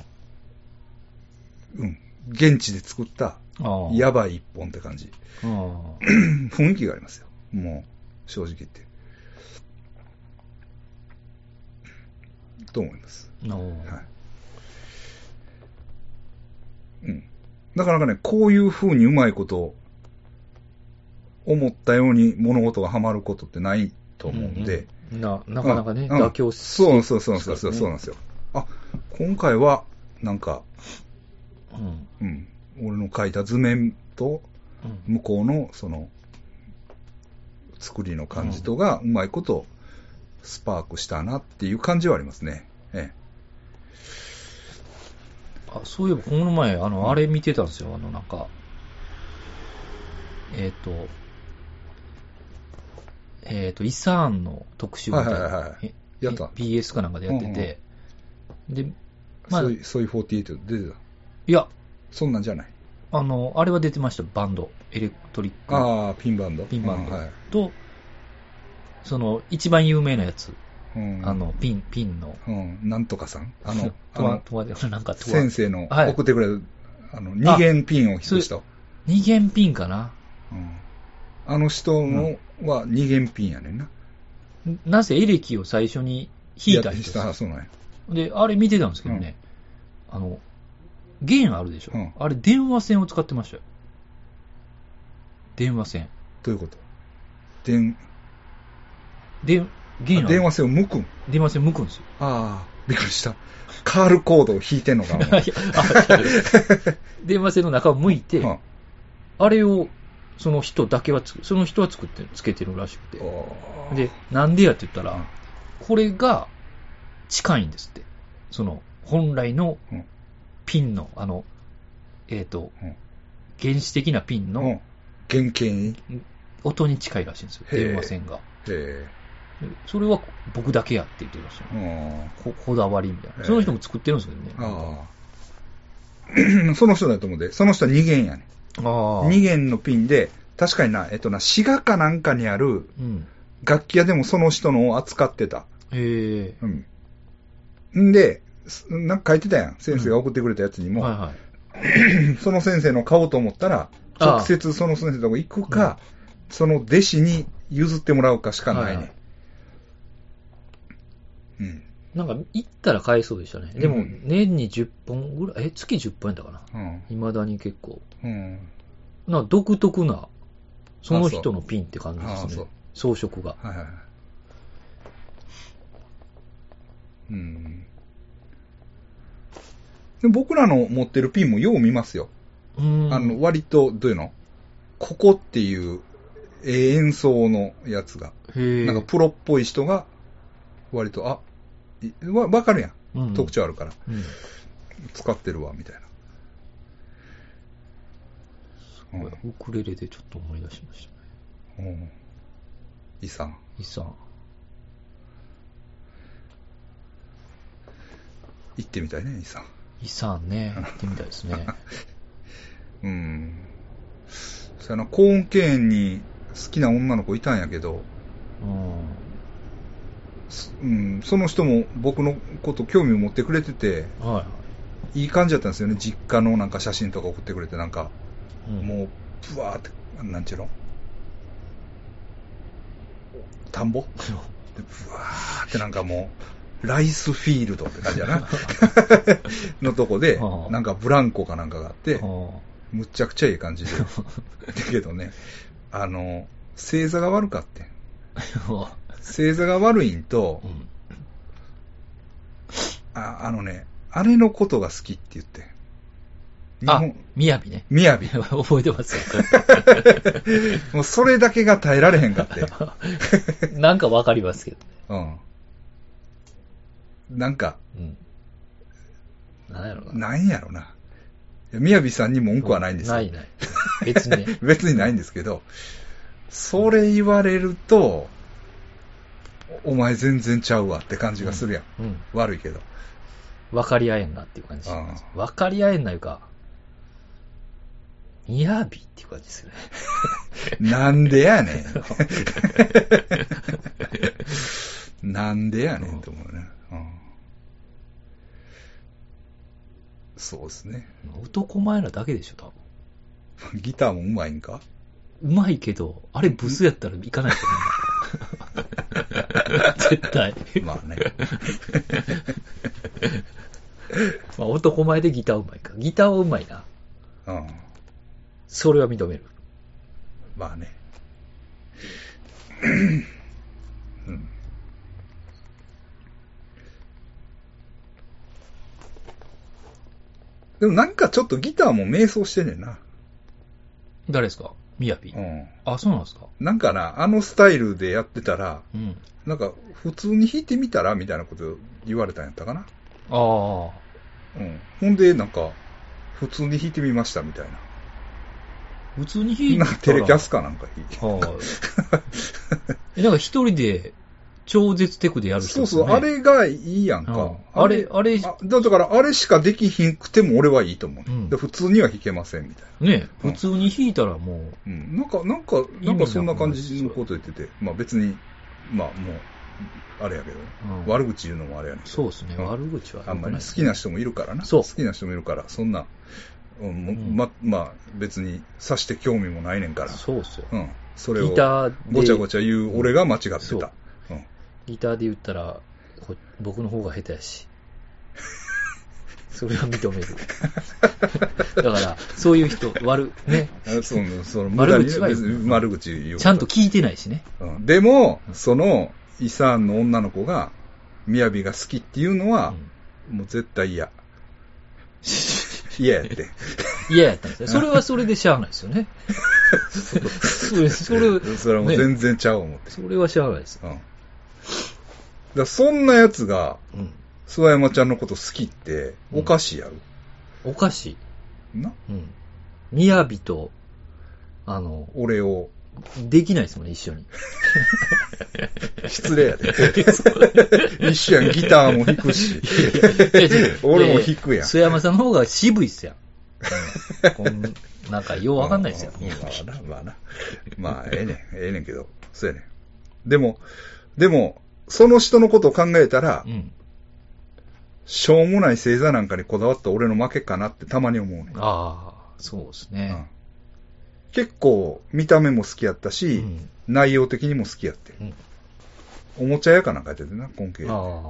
現地で作った、やばい一本って感じ。雰囲気がありますよ。もう、正直言って。と思います。なかなかね、こういう風にうまいこと思ったように物事がはまることってないと思うんで、 なかなかね、妥協してそうなんですよ。今回はなんか、俺の書いた図面と向こうのその作りの感じとがうまいことスパークしたなっていう感じはありますね。 そういえばこの前あれ見てたんですよ。なんかイサーンの特集みたいな、 やった BS かなんかでやってて、で、 そういう48出てた。 いや、 そんなんじゃない。 あれは出てました。バンド、エレクトリック。 ピンバンド。 と、その一番有名なやつピンの。 なんとかさんなんか先生の送ってくれる、二元ピンを引く人。 二元ピンかな。 あの人のは二元ピンやねんな。 なぜエレキを最初に引いた人です。 そうなんや。 で、あれ見てたんですけどね、弦あるでしょ。あれ電話線を使ってましたよ。電話線。 どういうこと？ 弦電話線を向くん？ 電話線向くんですよ。 ああ、びっくりした。カールコードを引いてんのかな。 電話線の中を向いて、あれをその人はつけてるらしくて。で、なんでやって言ったら、これが近いんですって。その本来のピンの原始的なピンの原型に音に近いらしいんですよ。電話線が。それは僕だけやって言ってましたね。こだわりみたいな。その人も作ってるんですけどね。その人だと思うで、その人は2弦やね。2弦のピンで、確かに滋賀かなんかにある楽器屋でもその人のを扱ってた。んで、なんか書いてたやん。先生が送ってくれたやつにも。その先生の買おうと思ったら、直接その先生のとこ行くか、その弟子に譲ってもらうかしかないね。 なんか行ったら買えそうでしたね。でも年に10本ぐらい、月10本やったかな。未だに結構。なんか独特な、その人のピンって感じですね。装飾が。 で僕らの持ってるピンもよう見ますよ。割と、どういうの？ここっていう演奏のやつが。なんかプロっぽい人が、割と、わかるやん。特徴あるから。使ってるわ、みたいな。 ウクレレでちょっと思い出しましたね。 イさん。行ってみたいね、イさん。 イさんね、行ってみたいですね。 そのコーンケーンに好きな女の子いたんやけど、その人も僕のこと興味を持ってくれてて、いい感じだったんですよね。実家のなんか写真とか送ってくれて、なんか、もうブワーって、なんちゅうの、田んぼでブワーってなんかもうライスフィールドって感じやなのとこで、なんかブランコかなんかがあって、むっちゃくちゃいい感じで。だけどね、星座が悪かってん。星座が悪いんと、あれのことが好きって言って。 みやびね。 みやび。 覚えてますよ。もうそれだけが耐えられへんかって。 なんかわかりますけどね。なんか、なんやろな。みやびさんに文句はないんですよ。 ない。別にね。 別にないんですけど、それ言われると、お前全然ちゃうわって感じがするやん。悪いけど。 分かり合えんなっていう感じ。分かり合えんないうか、みやびっていう感じですよね。なんでやねん。なんでやねんって思うね。そうですね。 男前なだけでしょ、多分。ギターもうまいんか？ うまいけど、あれブスやったらいかないと思う。絶対。 まあね。 男前でギターうまいか。ギターはうまいな。それは認める。 まあね。でもなんかちょっとギターも迷走してんねんな。 誰ですか？みやび。そうなんですか？ なんかな、あのスタイルでやってたら、なんか普通に弾いてみたらみたいなこと言われたんやったかな。ほんでなんか普通に弾いてみましたみたいな。 普通に弾いてなんかテレキャスかなんか弾いて。 なんか一人で超絶テクでやる人、 ね。そう、あれがいいやんか。 あれ。 だからあれしかできひんくても俺はいいと思う。で普通には弾けませんみたいな。ね、普通に弾いたらもう。 なんかそんな感じのこと言ってて。まあ別に、まあもう、 あれやけど、悪口言うのもあれやねんけど。 そうですね、悪口は。 あんまり好きな人もいるからな。 そう。 好きな人もいるから、そんな、まあ、別にさして興味もないねんから。 そうっすよ。 それをごちゃごちゃ言う俺が間違ってた。 ギターで言ったら、僕の方が下手やし。それは認める。だから、そういう人、ね。悪口は悪口言う。 ちゃんと聞いてないしね。 でも、その、イサーンの女の子が、みやびが好きっていうのは、もう絶対嫌。嫌やって。 嫌やったんですね。それはそれでしゃあないですよね。 それはもう全然ちゃう思って。 それはしゃあないです。 だそんなやつが、諏訪山ちゃんのこと好きって、おかしいやろ。 おかしい。 な？ みやびと、 俺を。 できないですもんね、一緒に。 失礼やで。一緒やん、ギターも弾くし。俺も弾くやん。 須山さんの方が渋いっすやん。なんか、ようわかんないっすよ。 まあ、ええねんけど、そうやねん。でも、その人のことを考えたら、しょうもない星座なんかにこだわった俺の負けかなってたまに思うね。 ああ、そうですね。 結構見た目も好きやったし、内容的にも好きやって。おもちゃ屋かなんかやっててな、今期。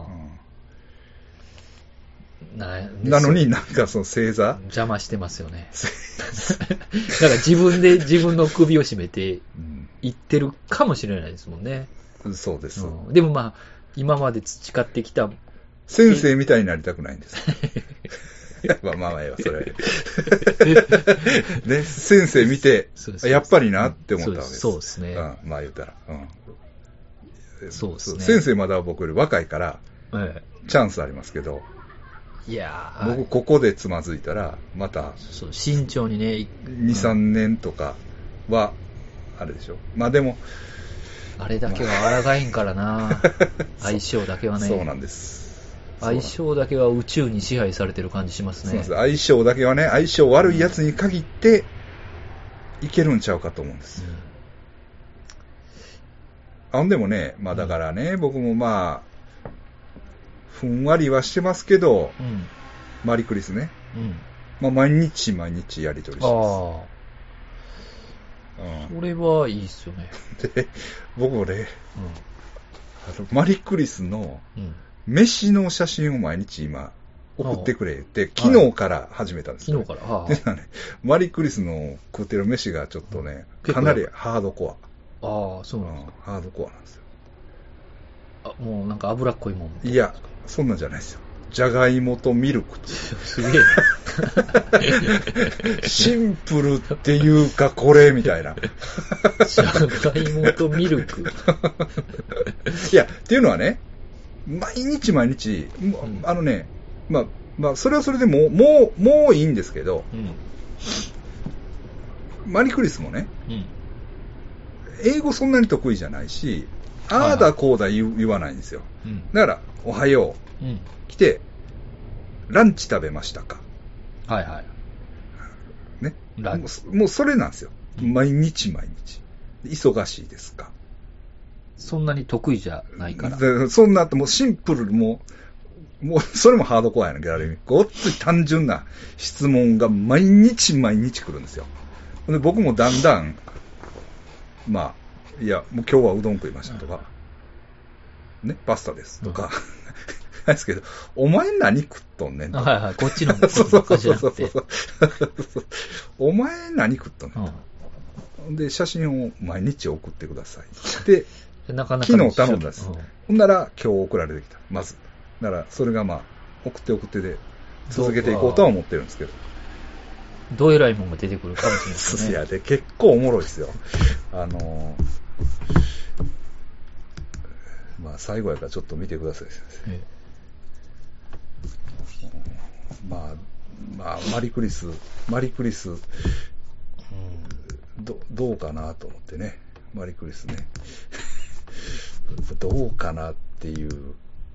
なのになんかその星座邪魔してますよね。だから自分で自分の首を絞めて言ってるかもしれないですもんね。 そうです。 でもまあ、今まで培ってきた先生みたいになりたくないんです。まあ、ええわ、それ。ね、先生見て、やっぱりなって思ったわけです。 そうですね。 まあ言うたら。 そうですね。 先生まだ僕より若いから、チャンスありますけど、 いや僕ここでつまずいたら、また、 慎重にね、 2、3年とかは、あれでしょ。まあでも、 あれだけは抗えんからな。相性だけはね。 そうなんです。 相性だけは宇宙に支配されてる感じしますね。 そうです。相性だけはね、相性悪いやつに限っていけるんちゃうかと思うんです。でもね、まあだからね、僕もまあふんわりはしてますけど、マリクリスね、まあ毎日やり取りしてます。 それはいいっすよね。 で、僕もね、マリクリスの飯の写真を毎日今送ってくれって昨日から始めたんですよ、 昨日から。 でね、マリクリスの食ってる飯がちょっとね、かなりハードコア。ああ、そうなんですか。 ハードコアなんですよ。 もうなんか脂っこいもん。 いや、そんなんじゃないですよ。じゃがいもとミルクと。 すげえな。シンプルっていうかこれみたいな。 じゃがいもとミルク。 いや、っていうのはね、毎日、まあ、それはそれでもういいんですけど、マリクリスもね、英語そんなに得意じゃないし、ああだこうだ言わないんですよ。だから、おはよう、来て、ランチ食べましたか。 はいはい。 ね。もうそれなんですよ。毎日。忙しいですか。 そんなに得意じゃないから。 そんな後もうシンプルもうそれもハードコアやねんけど、ある意味ごっつい単純な質問が毎日来るんですよ。で僕もだんだんまあいやもう今日はうどん食いましたとか、ねパスタですとか、ですけどお前何食っとんねんと。 はいはい、こっちの感じじゃなくて。 お前何食っとんねん。で写真を毎日送ってください。でなかなか昨日頼んだんです。ほんなら今日送られてきた。まず。だからそれがまあ送ってで続けていこうとは思ってるんですけど。 どえらいもんが出てくるかもしれないですね。 いやで結構おもろいですよ。まあ最後やからちょっと見てください先生。まあマリクリス、どうかなと思ってね。マリクリスね。どうかなっていう。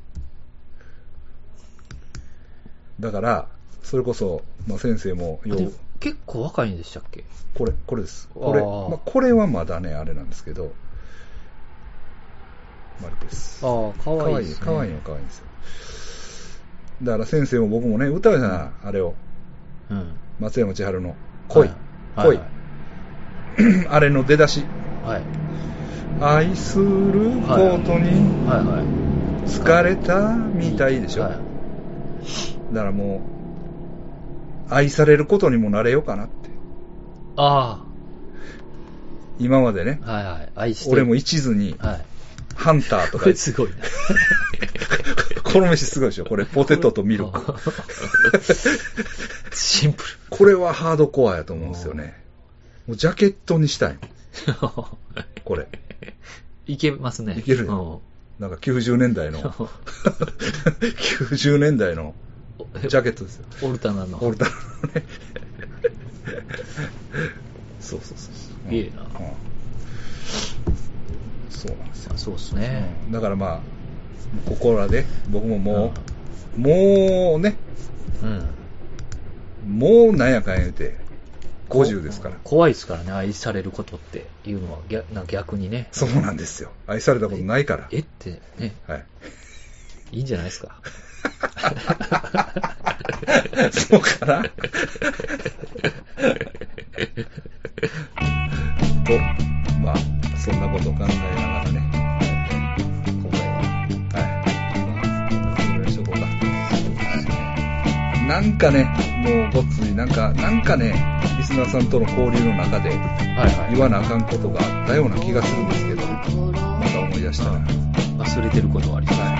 だから、それこそ、まあ、先生も結構若いんでしたっけ？ これです。これはまだね、あれなんですけど、 マルです。 ああ、かわいいですね。 かわいいんですよ。だから先生も僕もね、歌うじゃない、あれを。うん。松山千春の恋。はい、恋。あれの出だし。はい。愛することに疲れたみたいでしょ。はい、だからもう、愛されることにもなれようかなって。 ああ。 今までね。 はいはい。愛して俺も一途に、はい、ハンターとか。これすごいな。 この飯すごいでしょ。これポテトとミルク。 シンプル。 これはハードコアやと思うんですよね。もうジャケットにしたいの。これ。 いけますね。 いけるよ。なんか90年代の、90年代のジャケットですよ。 オルタナの。 オルタナのね。そう。 すげえな。 そうなんですよ。 そうですね。 だからまあ、ここらで、僕ももうね、もうなんやかんや言うて、50ですから。 怖いですからね、愛されることっていうのは逆にね。 そうなんですよ。愛されたことないから。 ってね。はい。いいんじゃないですか。 そうかな。と、まあ、そんなことを考えながらね、今回は、はい、これしとこうか。なんかね、もうごっつい、なんかね、リスナーさんとの交流の中で、言わなあかんことがあったような気がするんですけど、また思い出したら。 忘れてることはあります。